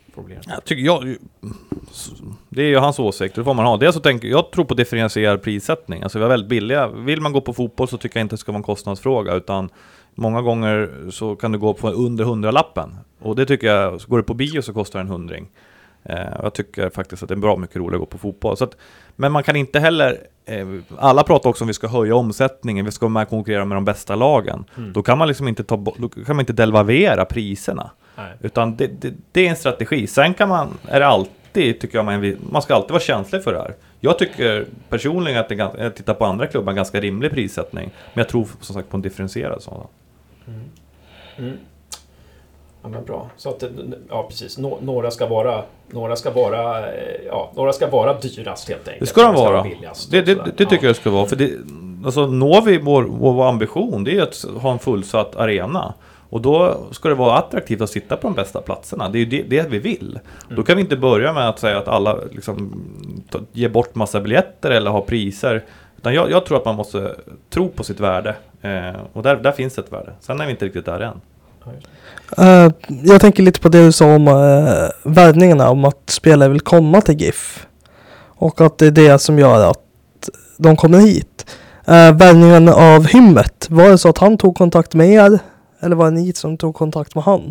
Det är ju hans åsikt, det får man ha. Jag tror på differentierad prissättning. Alltså vi är väldigt billiga. Vill man gå på fotboll så tycker jag inte det ska vara en kostnadsfråga, utan många gånger så kan du gå på under 100-lappen. Och det tycker jag, går du på bio så kostar det en 100. Jag tycker faktiskt att det är bra mycket roligare att gå på fotboll. Så att, men man kan inte heller, alla pratar också om vi ska höja omsättningen, vi ska med konkurrera med de bästa lagen. Då kan man liksom inte då kan man inte devalvera priserna. Nej. Utan det är en strategi. Sen är det alltid, tycker jag, man ska alltid vara känslig för det här. Jag tycker personligen att jag tittar på andra klubbar en ganska rimlig prissättning. Men jag tror som sagt på en differentierad sådan. Ja, men bra. Så att, ja, precis. Några ska vara dyrast helt enkelt. Det ska de vara. Det tycker jag det ska vara. För alltså, når vi vår ambition, det är att ha en fullsatt arena. Och då ska det vara attraktivt att sitta på de bästa platserna. Det är ju det vi vill. Då kan vi inte börja med att säga att alla liksom ger bort massa biljetter eller har priser. Utan jag tror att man måste tro på sitt värde. Och där finns ett värde. Sen är vi inte riktigt där än. Jag tänker lite på det du sa om värvningarna, om att spelare vill komma till GIF. Och att det är det som gör att de kommer hit. Värvningen av Hymmet, var det så att han tog kontakt med er? Eller var det ni som tog kontakt med han?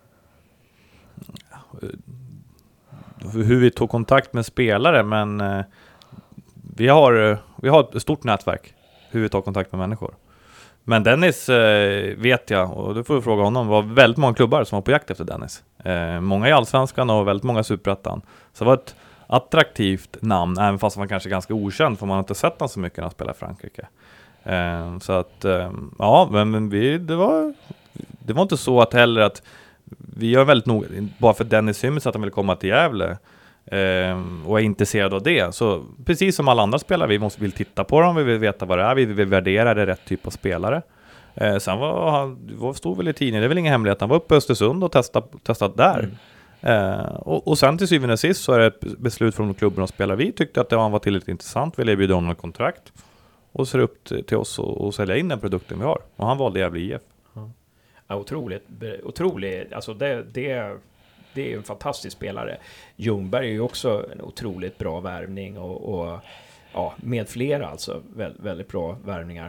Hur vi tog kontakt med spelare, men vi har ett stort nätverk hur vi tar kontakt med människor. Men Dennis vet jag, och du får fråga honom, var väldigt många klubbar som var på jakt efter Dennis. Många i Allsvenskan och väldigt många i Superettan. Så det var ett attraktivt namn, även fast man kanske är ganska okänd, för man har inte sett honom så mycket när han spelar i Frankrike. Så att, ja, men det var inte så att heller att vi gör väldigt noga, bara för Dennis Hymmet att han vill komma till Gävle och är intresserad av det. Så precis som alla andra spelare, vi vill titta på dem, vi vill veta vad det är, vi vill värdera det rätt typ av spelare. Sen stod väl i tidningen, det är väl ingen hemlighet, han var uppe i Östersund och testat där. Och sen till syvende och sist så är det ett beslut från klubben och spelare. Vi tyckte att han var tillräckligt intressant, ville erbjuda honom ett kontrakt och ser upp till oss och sälja in den produkten vi har. Och han valde Gävle IF. Ja, otroligt. Alltså det är en fantastisk spelare. Ljungberg är ju också en otroligt bra värvning och ja, med flera alltså väldigt bra värvningar.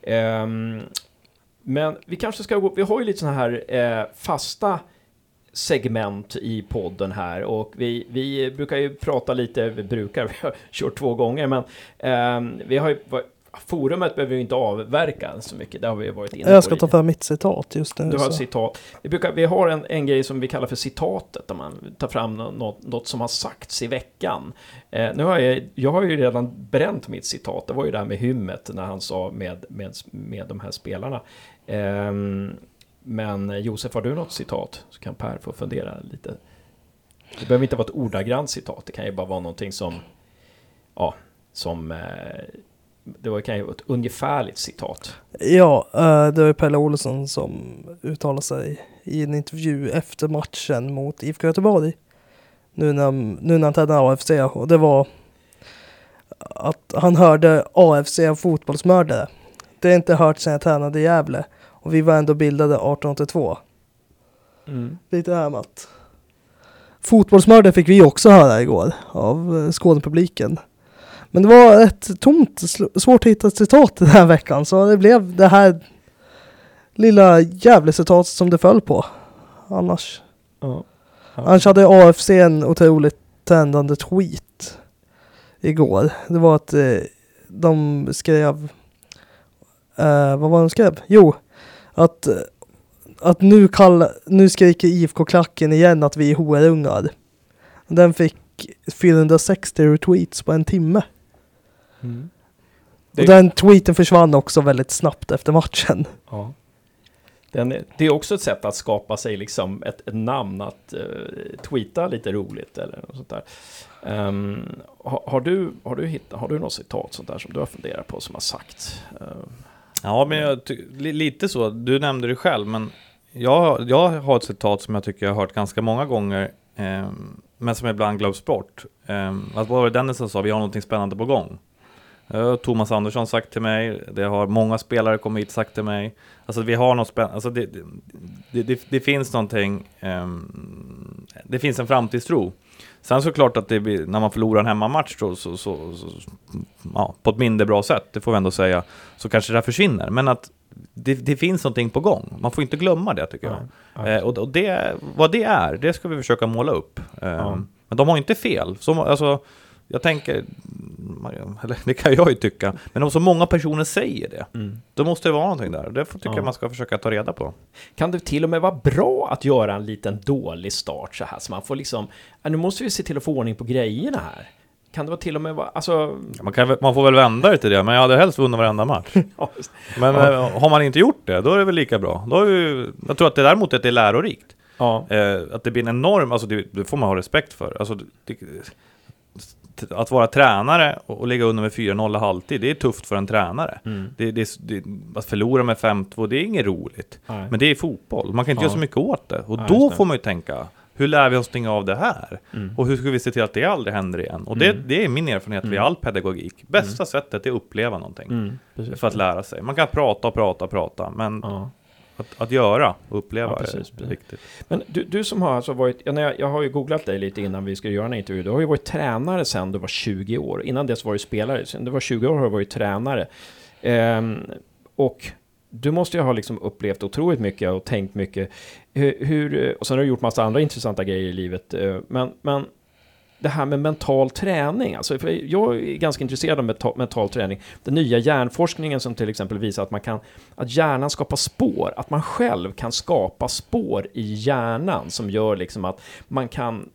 Men vi kanske ska gå, vi har ju lite såna här fasta segment i podden här, och vi brukar ju prata lite, vi har kört 2 gånger, men vi har ju forumet behöver ju inte avverka så mycket. Det har vi varit inne på. Jag ska ta fram mitt citat just nu. Du har ett citat. Vi har en grej som vi kallar för citatet, där man tar fram något som har sagts i veckan. Nu har jag har ju redan bränt mitt citat. Det var ju det här med Hymmet när han sa med de här spelarna. Men Josef, har du något citat? Så kan Per få fundera lite. Det behöver inte vara ett ordagrant citat. Det kan ju bara vara någonting som det var kanske ett ungefärligt citat. Ja, det var Pelle Olsson som uttalade sig i en intervju efter matchen mot IFK Göteborg. Nu när han tränade AFC, och det var att han hörde AFC fotbollsmördare. Det är inte hört sedan jag tränade i Gävle, och vi var ändå bildade 1882. Lite härmat. Fotbollsmördare fick vi också höra igår av Skånepubliken. Men det var ett tomt, svårt att hitta citat den här veckan, så det blev det här lilla jävla citat som det föll på. Annars hade AFC en otroligt tändande tweet igår. Det var att de skrev vad var de skrev? Jo, att nu skriker IFK-klacken igen att vi är horungar. Den fick 460 retweets på en timme. Och den tweeten försvann också väldigt snabbt efter matchen. Ja. Det är också ett sätt att skapa sig liksom ett namn, att tweeta lite roligt eller något sånt där. Har du något citat sånt där som du har funderat på, som har sagt? Ja, men lite så. Du nämnde det själv, men jag har ett citat som jag tycker jag har hört ganska många gånger, men som ibland glöms bort. Vad var det Dennis som sa? Vi har någonting spännande på gång. Thomas Andersson sagt till mig, det har många spelare kommit hit sagt till mig. Alltså vi har något spännande, alltså det finns någonting, det finns en framtidstro. Sen såklart att det blir, när man förlorar en hemmamatch så på ett mindre bra sätt, det får vi ändå säga, så kanske det här försvinner. Men att det finns någonting på gång. Man får inte glömma det, tycker jag. Och det, vad det är, det ska vi försöka måla upp. Men de har inte fel. Alltså, jag tänker, eller det kan jag ju tycka, men om så många personer säger det, då måste det vara någonting där. Det tycker jag man ska försöka ta reda på. Kan det till och med vara bra att göra en liten dålig start så här, så man får liksom, nu måste vi se till att få ordning på grejerna här. Kan det vara till och med vara, alltså... Man får väl vända det till det, men jag hade helst vunnit varenda match. Men har man inte gjort det, då är det väl lika bra. Jag tror att det däremot att det är lärorikt. Att det blir en enorm, alltså det får man ha respekt för. Alltså att vara tränare och ligga under med 4-0 halvtid, det är tufft för en tränare. Att förlora med 5-2, det är inget roligt. Nej. Men det är fotboll. Man kan inte göra så mycket åt det. Och då får man ju tänka, hur lär vi oss någonting av det här? Och hur ska vi se till att det aldrig händer igen? Och det är min erfarenhet vid all pedagogik. Bästa sättet är att uppleva någonting. För att lära sig. Man kan prata, men... Att göra och uppleva är viktigt. Men du som har alltså varit, jag har ju googlat dig lite innan vi ska göra en intervju. Du har ju varit tränare sedan du var 20 år. Innan dess var du spelare. Sen du var 20 år har du varit tränare. Och du måste ju ha liksom upplevt otroligt mycket och tänkt mycket. Och sen har du gjort massa andra intressanta grejer i livet. Men det här med mental träning, alltså, för jag är ganska intresserad av mental träning. Den nya hjärnforskningen som till exempel visar att hjärnan skapar spår, att man själv kan skapa spår i hjärnan som gör liksom att man kan,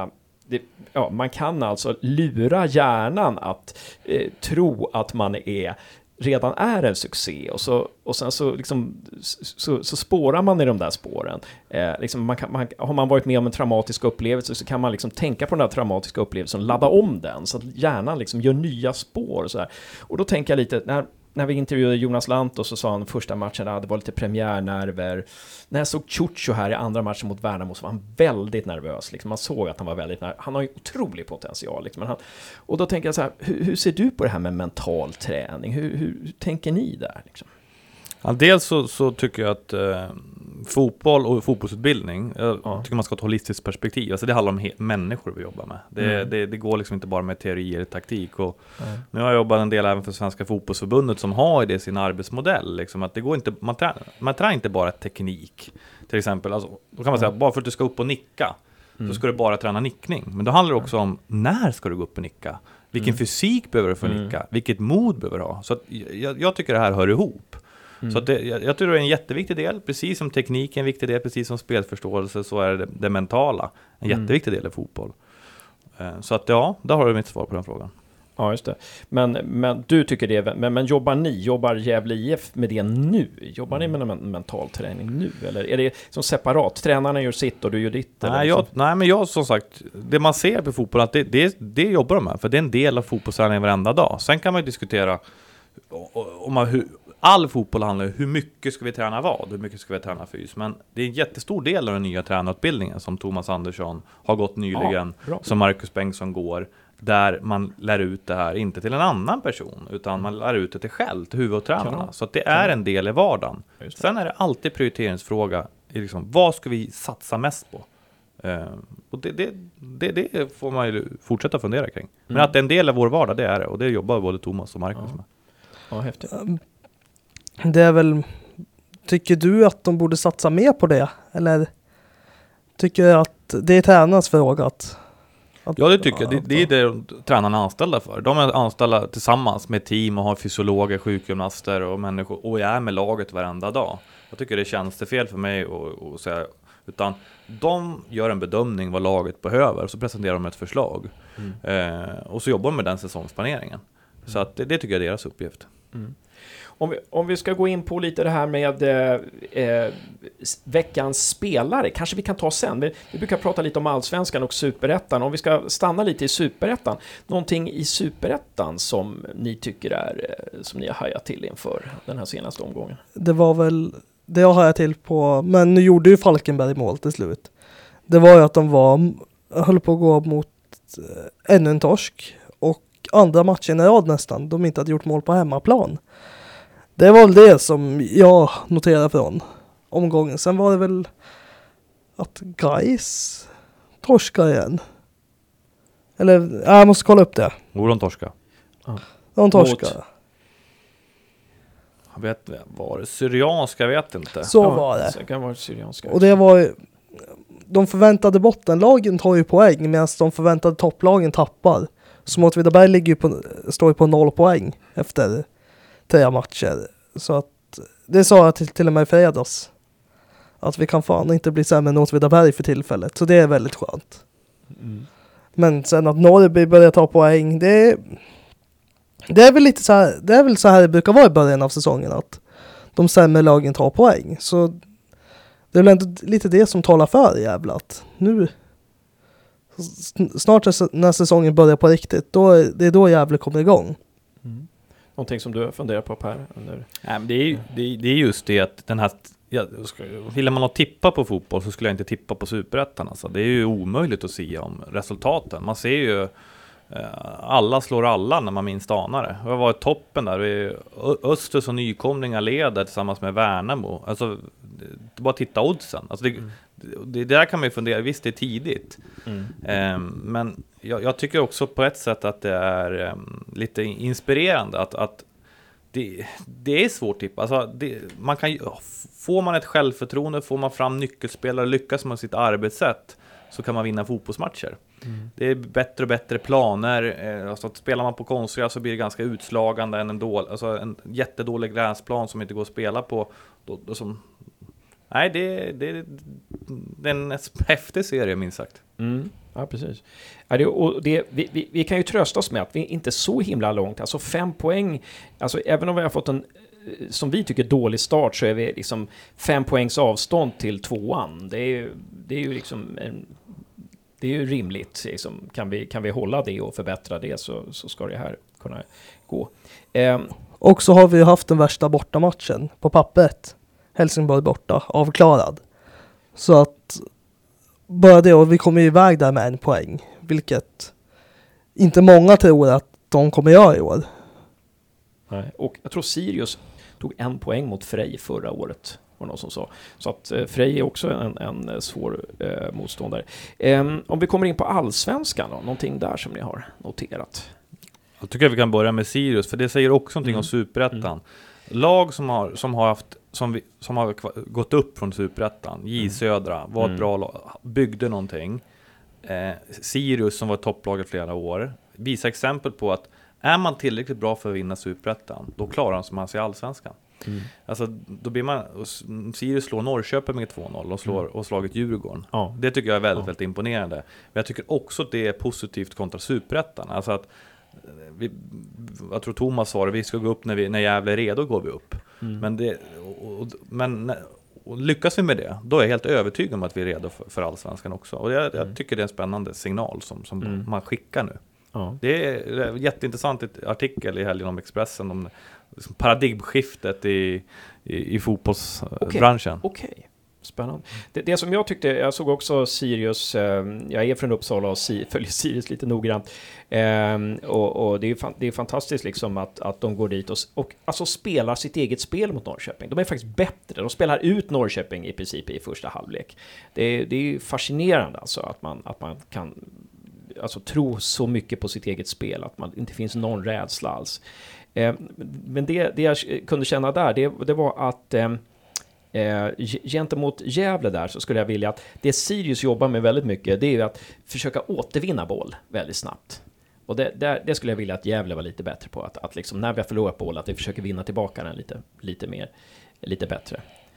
man kan alltså lura hjärnan att tro att man redan är en succé, och sen så liksom så spårar man i de där spåren. Liksom har man varit med om en traumatisk upplevelse, så kan man liksom tänka på den där traumatiska upplevelsen och ladda om den, så att hjärnan liksom gör nya spår och så här. Och då tänker jag lite, när vi intervjuade Jonas Lantos, så sa han första matchen det var lite premiärnerver. När jag såg Chucho här i andra matchen mot Värnamo, så var han väldigt nervös. Liksom. Man såg att han var väldigt nervös. Han har ju otrolig potential. Liksom. Och då tänker jag så här, hur ser du på det här med mental träning? Hur tänker ni där? Liksom? Ja, dels så tycker jag att fotboll och fotbollsutbildning, jag tycker man ska ha ett holistiskt perspektiv. Alltså det handlar om människor vi jobbar med. Det går liksom inte bara med teori eller taktik. Och nu har jag jobbat en del även för Svenska fotbollsförbundet, som har det i sin arbetsmodell. Liksom, att det går inte, man tränar inte bara teknik. Till exempel, alltså, då kan man säga, bara för att du ska upp och nicka, så ska du bara träna nickning. Men då handlar det också om, när ska du gå upp och nicka? Vilken fysik behöver du för att nicka? Vilket mod behöver du ha? Så att jag tycker det här hör ihop. Så att jag tror det är en jätteviktig del, precis som teknik är en viktig del, precis som spelförståelse, så är det mentala en jätteviktig del i fotboll. Så att där har du mitt svar på den frågan. Ja, just det. Men du tycker det, men jobbar Gävle IF med det nu? Jobbar ni med mental träning nu? Eller är det som separat? Tränarna gör sitt och du gör ditt? Nej, men jag som sagt, det man ser på fotboll, att det jobbar de med, för det är en del av fotbollsträningen varenda dag. Sen kan man ju diskutera all fotboll handlar om hur mycket ska vi träna vad, hur mycket ska vi träna fys. Men det är en jättestor del av den nya tränarutbildningen som Thomas Andersson har gått nyligen, som Marcus Bengtsson går, där man lär ut det här, inte till en annan person, utan man lär ut det till själv, till huvudtränarna. Så att det är en del i vardagen. Sen är det alltid prioriteringsfråga, liksom, vad ska vi satsa mest på? Och det får man ju fortsätta fundera kring. Men att det är en del av vår vardag, det är det. Och det jobbar både Thomas och Marcus med. Ja, häftigt. Det är väl... Tycker du att de borde satsa mer på det? Eller tycker du att det är tränarnas fråga att ja, det tycker jag. Det är det tränarna är anställda för. De är anställda tillsammans med team och har fysiologer, sjukgymnaster och människor. Och jag är med laget varenda dag. Jag tycker det känns det fel för mig att säga... Utan de gör en bedömning vad laget behöver. Så presenterar de ett förslag. Och så jobbar de med den säsongsplaneringen. Så att det tycker jag är deras uppgift. Om vi ska gå in på lite det här med veckans spelare, kanske vi kan ta sen. Vi brukar prata lite om Allsvenskan och Superettan. Om vi ska stanna lite i Superettan, någonting i Superettan som ni tycker är, som ni har hajat till inför den här senaste omgången? Det var väl det jag hajade till på, men nu gjorde ju Falkenberg mål till slut. Det var ju att de höll på att gå mot ännu en torsk och andra matchen i rad nästan. De inte hade gjort mål på hemmaplan. Det var väl det som jag noterade från omgången. Sen var det väl att Gais torskar igen. Eller, jag måste kolla upp det. Oron torska. De torskar. Jag vet, var det syrianska, vet inte. Så var det. Det kan vara syrianska. Och det var ju, de förväntade bottenlagen tar ju poäng medan de förväntade topplagen tappar. Så Åtvidaberg står ju på 0 poäng efter 3 matcher. Så att det sa jag till och med i fredags. Att vi kan fan inte bli sämre än Åtvidaberg för tillfället. Så det är väldigt skönt. Men sen att Norrby börjar ta poäng, det är väl lite så här, det är väl så här det brukar vara i början av säsongen, att de sämre lagen tar poäng. Så det är väl ändå lite det som talar för jävla att nu snart när säsongen börjar på riktigt, det är då Gävle kommer igång. Någonting som du funderar på, Per? Under... Nej, men det är just det att den här... Vill man tippa på fotboll så skulle jag inte tippa på Superettan. Alltså. Det är ju omöjligt att se om resultaten. Man ser ju alla slår alla när man minst anar det. Jag var i toppen där. Östers och nykomlingar leder tillsammans med Värnamo. Alltså, bara titta oddsen. Alltså det där kan man ju fundera. Visst, det är tidigt. Men jag tycker också på ett sätt att det är lite inspirerande att det är svårt tippa. Alltså får man ett självförtroende, får man fram nyckelspelare, lyckas med sitt arbetssätt, så kan man vinna fotbollsmatcher. Det är bättre och bättre planer. Alltså att spelar man på konstgräs så blir det ganska utslagande än en jättedålig gräsplan som inte går att spela på. Nej, det är en häftig serie, minst sagt. Ja, precis. Vi kan ju trösta oss med att vi inte är så himla långt. Alltså 5 poäng, alltså även om vi har fått en, som vi tycker, dålig start, så är vi liksom 5 poängs avstånd till 2:an. Det är ju liksom det är ju rimligt. Liksom, kan vi hålla det och förbättra det, så ska det här kunna gå. Och så har vi ju haft den värsta bortamatchen på pappret. Helsingborg borta, avklarad. Så att bara det, och vi kommer ju iväg där med 1 poäng. Vilket inte många tror att de kommer göra i år. Nej. Och jag tror Sirius tog 1 poäng mot Frej förra året, var någon som sa. Så att Frej är också en svår motståndare. Om vi kommer in på Allsvenskan då, någonting där som ni har noterat? Jag tycker att vi kan börja med Sirius, för det säger också någonting om Superettan. Lag som har gått upp från Superettan, J Södra, var ett bra lag, byggde någonting. Sirius, som var topplaget flera år, visar exempel på att är man tillräckligt bra för att vinna Superettan, då klarar man sig i Allsvenskan. Alltså, då blir man, Sirius slår Norrköping med 2-0 och slagit Djurgården. Det tycker jag är väldigt, väldigt imponerande. Men jag tycker också att det är positivt kontra Superettan. Alltså att jag tror Thomas sa det, vi ska gå upp när Gävle är redo, går vi upp. Men lyckas vi med det, då är jag helt övertygad om att vi är redo för Allsvenskan också. Och jag tycker det är en spännande signal som man skickar nu. Det är en jätteintressant artikel i helgen om Expressen liksom paradigmskiftet i fotbollsbranschen. Okej. Spännande. Det som jag tyckte, jag såg också Sirius, jag är från Uppsala och följer Sirius lite noggrant, och det är fantastiskt liksom att de går dit och alltså spelar sitt eget spel mot Norrköping. De är faktiskt bättre, de spelar ut Norrköping i princip i första halvlek. Det är ju fascinerande alltså att man kan alltså tro så mycket på sitt eget spel, att man inte finns någon rädsla alls. Men det jag kunde känna där, det var att gentemot Gävle där så skulle jag vilja att det Sirius jobbar med väldigt mycket, det är ju att försöka återvinna boll väldigt snabbt. Och det skulle jag vilja att Gävle var lite bättre på, att liksom när vi har förlorat boll, att vi försöker vinna tillbaka den lite mer, lite bättre.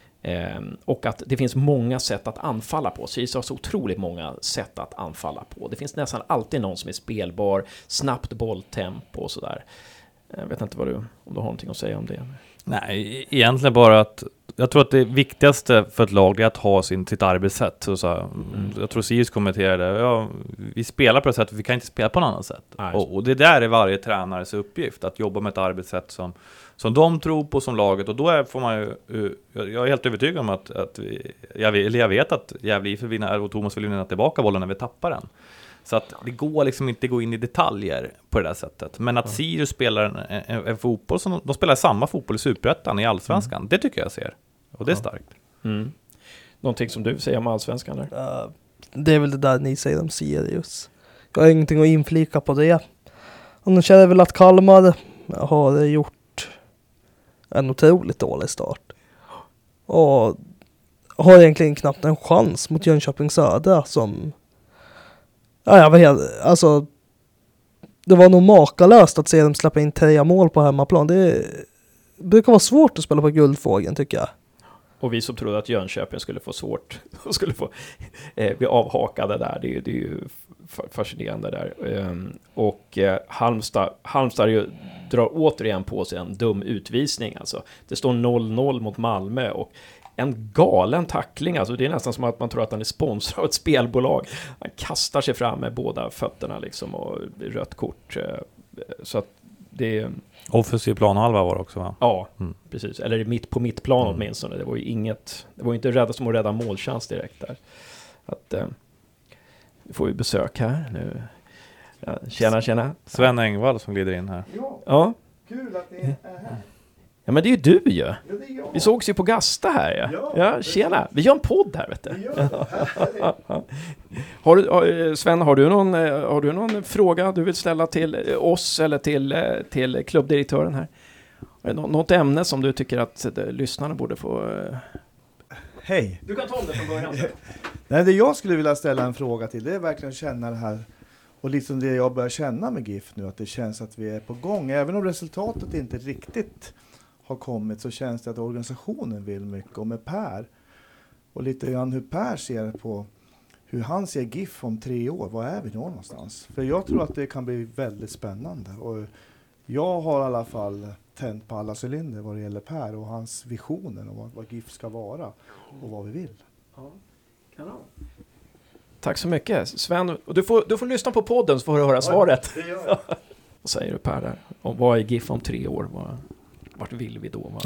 Och att det finns många sätt att anfalla på. Sirius har så otroligt många sätt att anfalla på. Det finns nästan alltid någon som är spelbar, snabbt bolltempo och sådär. Jag vet inte om du har någonting att säga om det. Nej, egentligen bara att jag tror att det viktigaste för ett lag är att ha sitt arbetssätt. Jag tror Sirius kommenterade vi spelar på ett sätt, vi kan inte spela på något annat sätt. Och det där är varje tränares uppgift, att jobba med ett arbetssätt som de tror på, som laget. Och då får man ju, jag är helt övertygad om att jag vet att Gävle IF vinner och Thomas vill vinna tillbaka bollen när vi tappar den. Så att det går liksom inte gå in i detaljer på det där sättet. Men att Sirius spelar en fotboll som de spelar samma fotboll i Superettan, i Allsvenskan, det tycker jag ser. Och det är starkt. Någonting som du säger om Allsvenskan där? Det är väl det där ni säger om Sirius. Jag har ingenting att inflika på det. Annars är det väl att Kalmar har gjort en otroligt dålig start. Och har egentligen knappt en chans mot Jönköping Södra som... Ja, jag var alltså, det var nog makalöst att se dem släppa in 3 mål på hemmaplan. Det brukar vara svårt att spela på Guldfågeln, tycker jag. Och vi som trodde att Jönköping skulle få svårt och skulle få bli avhakade där. Det är ju fascinerande där. Och Halmstad drar återigen på sig en dum utvisning. Alltså. Det står 0-0 mot Malmö och en galen tackling, alltså det är nästan som att man tror att han är sponsrad av ett spelbolag. Han kastar sig fram med båda fötterna liksom och rött kort. Så att det är... Offensiv planhalva var det också, va? Ja, precis. Eller mitt på mittplan åtminstone. Det var ju inte rädda som att rädda målchans direkt där. Att vi får ju besök här nu. Ja, tjena. Sven Engvall som glider in här. Ja. Kul att ni är här. Ja, men det är ju du ju. Ja, det är jag. Vi sågs ju på Gasta här. Ja, tjena. Vi gör en podd här, vet du. Sven, har du någon fråga du vill ställa till oss eller till klubbdirektören här? Är det något ämne som du tycker att lyssnarna borde få... Hej. Du kan ta om det från början. Nej, det jag skulle vilja ställa en fråga till, det är verkligen att känna det här. Och liksom det jag börjar känna med GIF nu, att det känns att vi är på gång. Även om resultatet inte riktigt har kommit, så känns det att organisationen vill mycket. Och med Per, och lite grann hur Per ser på hur han ser GIF om 3 år. Vad är vi då någonstans? För jag tror att det kan bli väldigt spännande. Och jag har i alla fall tänt på alla cylinder vad det gäller Per och hans visioner och vad GIF ska vara och vad vi vill. Ja, kanon. Tack så mycket. Sven, du får lyssna på podden så får du höra svaret. Det gör jag. Vad säger du, Per, där? Och vad är GIF om 3 år? Vart vill vi då?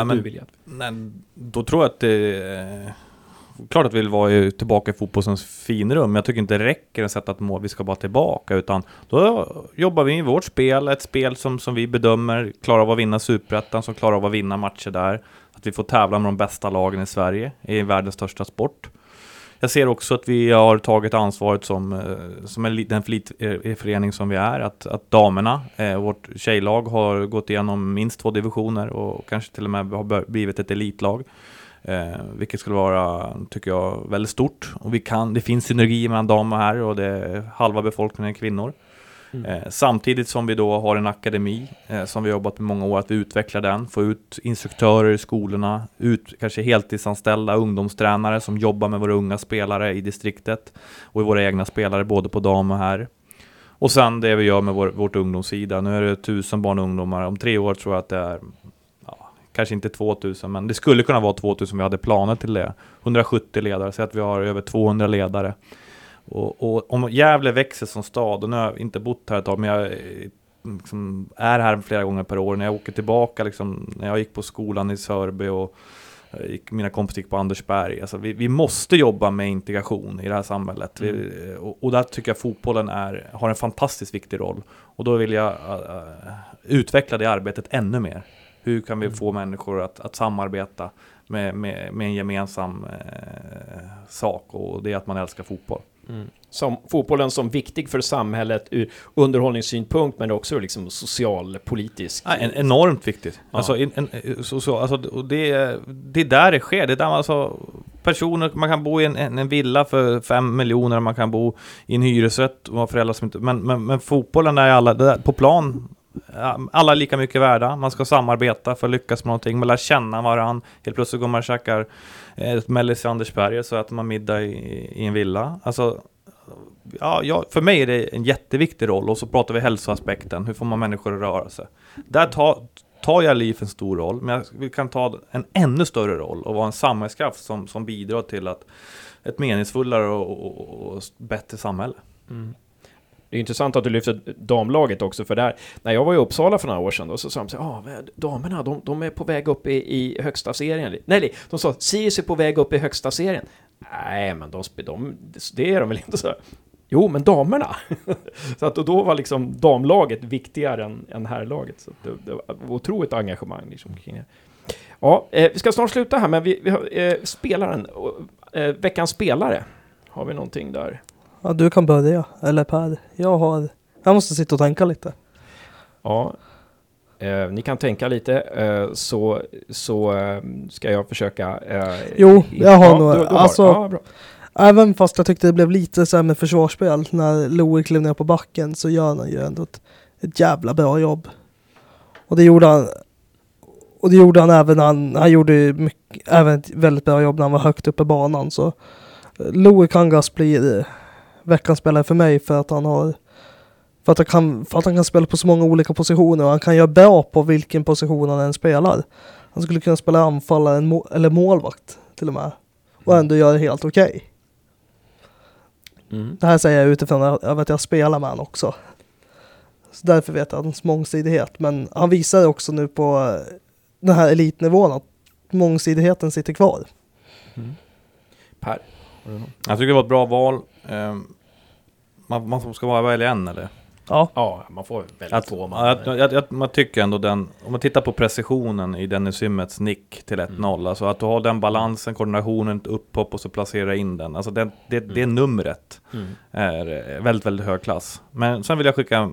Då tror jag att det klart att vi vill vara tillbaka i fotbollens finrum. Men jag tycker inte det räcker att sätta att vi ska bara tillbaka. Utan då jobbar vi i vårt spel. Ett spel som vi bedömer klarar av att vinna Superettan, som klarar av att vinna matcher där. Att vi får tävla med de bästa lagen i Sverige i världens största sport. Jag ser också att vi har tagit ansvaret som den flitförening som vi är. Att damerna, vårt tjejlag, har gått igenom minst 2 divisioner och kanske till och med har blivit ett elitlag. Vilket skulle vara, tycker jag, väldigt stort. Och det finns synergi mellan damer här och det är halva befolkningen kvinnor. Samtidigt som vi då har en akademi som vi har jobbat med många år, att vi utvecklar den, få ut instruktörer i skolorna, kanske heltidsanställda ungdomstränare som jobbar med våra unga spelare i distriktet och våra egna spelare både på dam och här. Och sen det vi gör med vårt ungdomssida. Nu är det 1000 barn och ungdomar. Om 3 år tror jag att det är kanske inte 2000, men det skulle kunna vara 2000 om vi hade planer till det. 170 ledare, så att vi har över 200 ledare. Och om Gävle växer som stad, och nu har jag inte bott här ett tag, men jag liksom är här flera gånger per år. När jag åker tillbaka, liksom, när jag gick på skolan i Sörby och mina kompisar gick på Andersberg. Alltså, vi måste jobba med integration i det här samhället. Och där tycker jag fotbollen har en fantastiskt viktig roll. Och då vill jag utveckla det arbetet ännu mer. Hur kan vi få människor att samarbeta med en gemensam sak, och det är att man älskar fotboll. Som fotbollen som viktig för samhället ur underhållningssynpunkt, men också liksom socialpolitisk. Enormt viktigt. Ja. Och det är där det sker. Det är där personer, man kan bo i en villa för 5 miljoner, man kan bo i en hyresrätt och ha föräldrar som inte, men fotbollen är alla på plan. Alla är lika mycket värda. Man ska samarbeta för att lyckas med någonting. Man lär känna varann. Helt plötsligt går man och käkar ett mellis i Andersberg, så att man middag i en villa. Alltså, för mig är det en jätteviktig roll. Och så pratar vi hälsoaspekten. Hur får man människor att röra sig? Där tar jag liv en stor roll. Men vi kan ta en ännu större roll och vara en samhällskraft som bidrar till att ett meningsfullare och bättre samhälle. Det är intressant att du lyfter damlaget också, för där, när jag var i Uppsala för några år sedan, då, så sa de damerna, de är på väg upp i högsta serien. Nej, de sa, Sirius är på väg upp i högsta serien. Nej, men det är de väl inte så. Jo, men damerna. Så att då var liksom damlaget viktigare än herrlaget. Så det var otroligt engagemang liksom kring det. Ja, vi ska snart sluta här, men vi har spelaren, veckans spelare. Har vi någonting där? Ja, du kan börja. Eller Per. Jag måste sitta och tänka lite. Ja, ni kan tänka lite, så ska jag försöka. Jo, jag har nog. Alltså, bra. Även fast jag tyckte det blev lite så här med försvarsspel när Louis klev ner på backen, så gör han ju ändå ett jävla bra jobb. Och det gjorde han även han gjorde även ett väldigt bra jobb när han var högt uppe i banan. Så Louis Kangas blir veckans spelare för mig, för att han kan spela på så många olika positioner, och han kan göra bra på vilken position han än spelar. Han skulle kunna spela anfallare eller målvakt till och med, och ändå göra det helt okej. Det här säger jag utifrån att jag spelar med han också. Så därför vet jag hans mångsidighet. Men han visar också nu på den här elitnivån att mångsidigheten sitter kvar. Per? Jag tycker det var ett bra val. Man ska bara välja en, eller? Ja, man får välja två. Man tycker ändå om man tittar på precisionen i Dennis Symmets nick till 1-0, alltså att du har den balansen, koordinationen, upphopp och så placera in den. Alltså det numret är väldigt, väldigt hög klass. Men sen vill jag skicka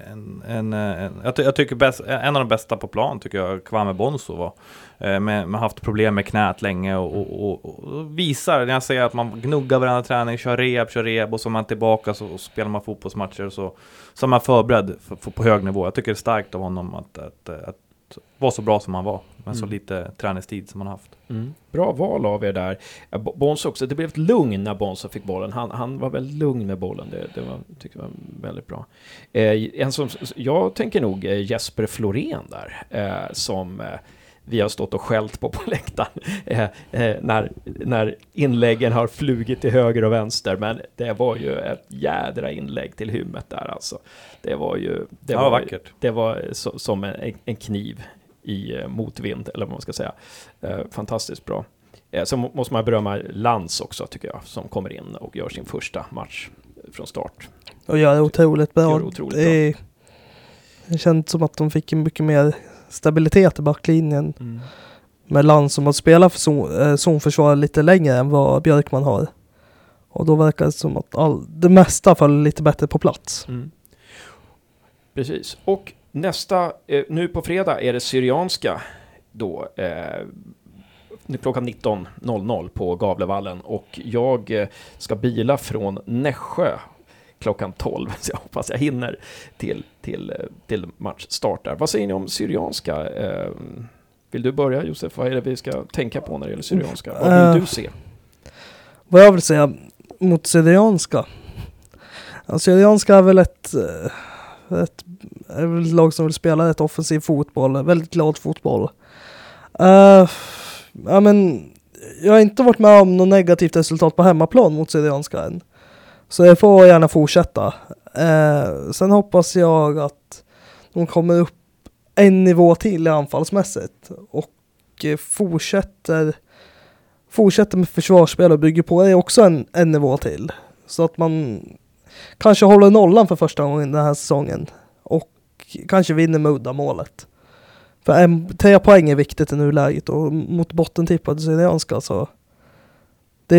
jag tycker en av de bästa på plan tycker jag Kwame Bonso var. Man har haft problem med knät länge och visar, när jag säger att man gnuggar varandra träning, kör rehab och så är man tillbaka och spelar man fotbollsmatcher, så är man förberedd på hög nivå. Jag tycker det är starkt av honom att vara så bra som han var, men så lite träningstid som han haft. Bra val av er där. Bonso också, det blev ett lugn när Bonso fick bollen. Han var väldigt lugn med bollen. Tycker jag var väldigt bra. En som jag tänker nog Jesper Florén där, som vi har stått och skällt på läktaren när inläggen har flugit till höger och vänster, men det var ju ett jädra inlägg till hymmet där alltså. Det var vackert. Det var som en kniv i motvind, eller vad man ska säga. Fantastiskt bra. Så måste man berömma Lantz också, tycker jag, som kommer in och gör sin första match från start. Och gör det otroligt bra. Det känns som att de fick en mycket mer stabilitet i backlinjen med Lantz, som har spelat för zonförsvar lite längre än vad Björkman har. Och då verkar det som att det mesta faller lite bättre på plats. Precis. Och nästa, nu på fredag är det Syrianska då, klockan 19.00 på Gavlevallen, och jag ska bila från Nässjö klockan 12, så jag hoppas jag hinner till matchstart där. Vad säger ni om Syrianska? Vill du börja, Josef? Vad är det vi ska tänka på när det gäller Syrianska? Vad vill du se? Vad jag vill säga mot Syrianska? Syrianska är väl ett lag som vill spela ett offensiv fotboll, väldigt glad fotboll. Men jag har inte varit med om något negativt resultat på hemmaplan mot Syrianska än. Så jag får gärna fortsätta. Sen hoppas jag att De kommer upp en nivå till i anfallsmässigt och fortsätter med försvarsspel och bygger på det också en nivå till. Så att man kanske håller nollan för första gången den här säsongen och kanske vinner med uddamålet. För 3 poäng är viktigt i nuläget och mot bottentippade Syrianska så det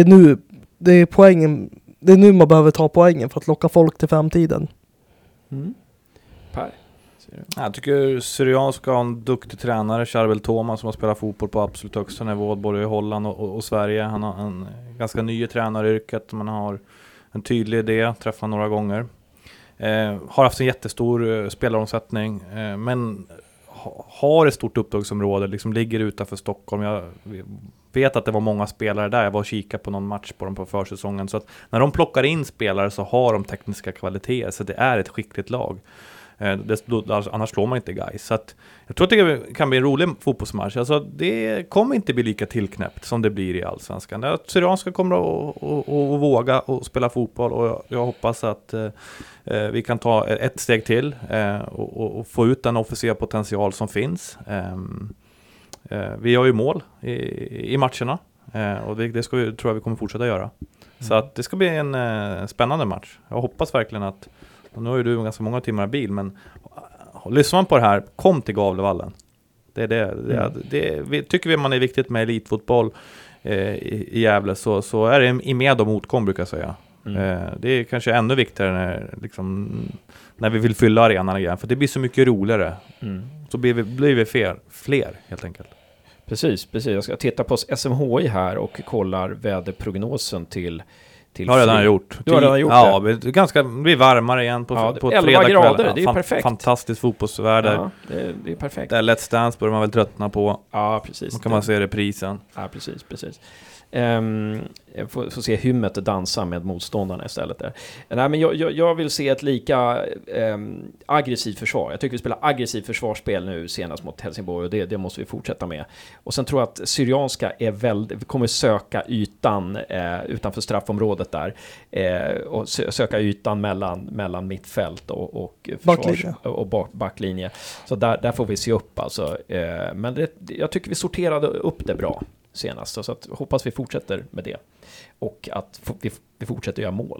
är nu man behöver ta poängen för att locka folk till framtiden. Per? Jag tycker Syrianska har en duktig tränare, Charbel Thomas, som har spelat fotboll på absolut högsta nivå både i Holland och Sverige. Han har en ganska ny tränare i yrket, man har en tydlig idé, träffat några gånger. Har haft en jättestor spelaromsättning, men har ett stort uppdragsområde, liksom ligger utanför Stockholm. Jag vet att det var många spelare där, jag var och kikade på någon match på dem på försäsongen, så att när de plockar in spelare så har de tekniska kvaliteter, så det är ett skickligt lag. Annars slår man inte guys. Så att jag tror att det kan bli en rolig fotbollsmatch. Alltså, det kommer inte bli lika tillknäppt som det blir i Allsvenskan. Syrianska kommer att våga och spela fotboll, och jag hoppas att vi kan ta ett steg till och få ut den offensiva potential som finns. Vi har ju mål i matcherna, och det tror jag vi kommer fortsätta göra. Så att det ska bli en spännande match. Jag hoppas verkligen att, och nu har ju du ganska många timmar i bil, men lyssnar man på det här, kom till Gavlevallen. Det tycker vi man är viktigt med elitfotboll i Gävle, så är det i med och motgång, brukar jag säga. Det är kanske ännu viktigare när vi vill fylla arenan igen, för det blir så mycket roligare. Så blir vi fler helt enkelt. Precis. Jag ska titta på SMHI här och kollar väderprognosen till Jag har redan gjort. Du har redan gjort det? Det blir varmare igen på 11 fredag grader, kväll. det är perfekt. Fantastiskt fotbollsväder. Ja, det är perfekt. Det är Let's Dance börjar man väl tröttna på. Ja, precis. Då kan man se reprisen. Ja, precis. Jag får se Hymmet dansa med motståndarna istället där. Nej, men jag vill se ett lika aggressivt försvar. Jag tycker vi spelar aggressivt försvarsspel nu senast mot Helsingborg, och det måste vi fortsätta med. Och sen tror jag att Syrianska kommer söka ytan utanför straffområdet där, och söka ytan mellan mittfält och försvars och backlinje. Så där får vi se upp alltså. Men jag tycker vi sorterade upp det bra senast, så att hoppas vi fortsätter med det och att vi fortsätter göra mål.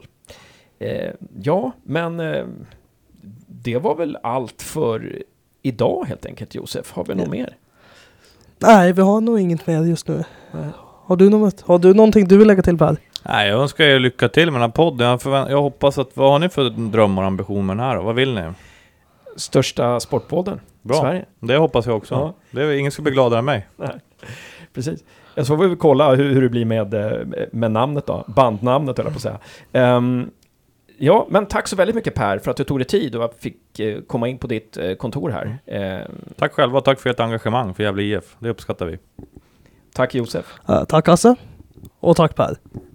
Men det var väl allt för idag helt enkelt. Josef, har vi något mer? Nej, vi har nog inget mer just nu. Har du någonting du vill lägga till, Per? Nej, jag önskar er lycka till med den här podden. Jag hoppas att, vad har ni för drömmar och ambitioner med den här? Vad vill ni? Största sportpodden i Sverige. Det hoppas jag också. Ja. Det är ingen som blir gladare än mig. Nej. Precis. Så får vi kolla hur det blir med namnet då. Bandnamnet, eller på att säga. Men tack så väldigt mycket, Per, för att du tog dig tid och fick komma in på ditt kontor här. Tack själva, tack för ert engagemang för Gävle IF. Det uppskattar vi. Tack, Josef. Tack, Asse. Och tack, Per.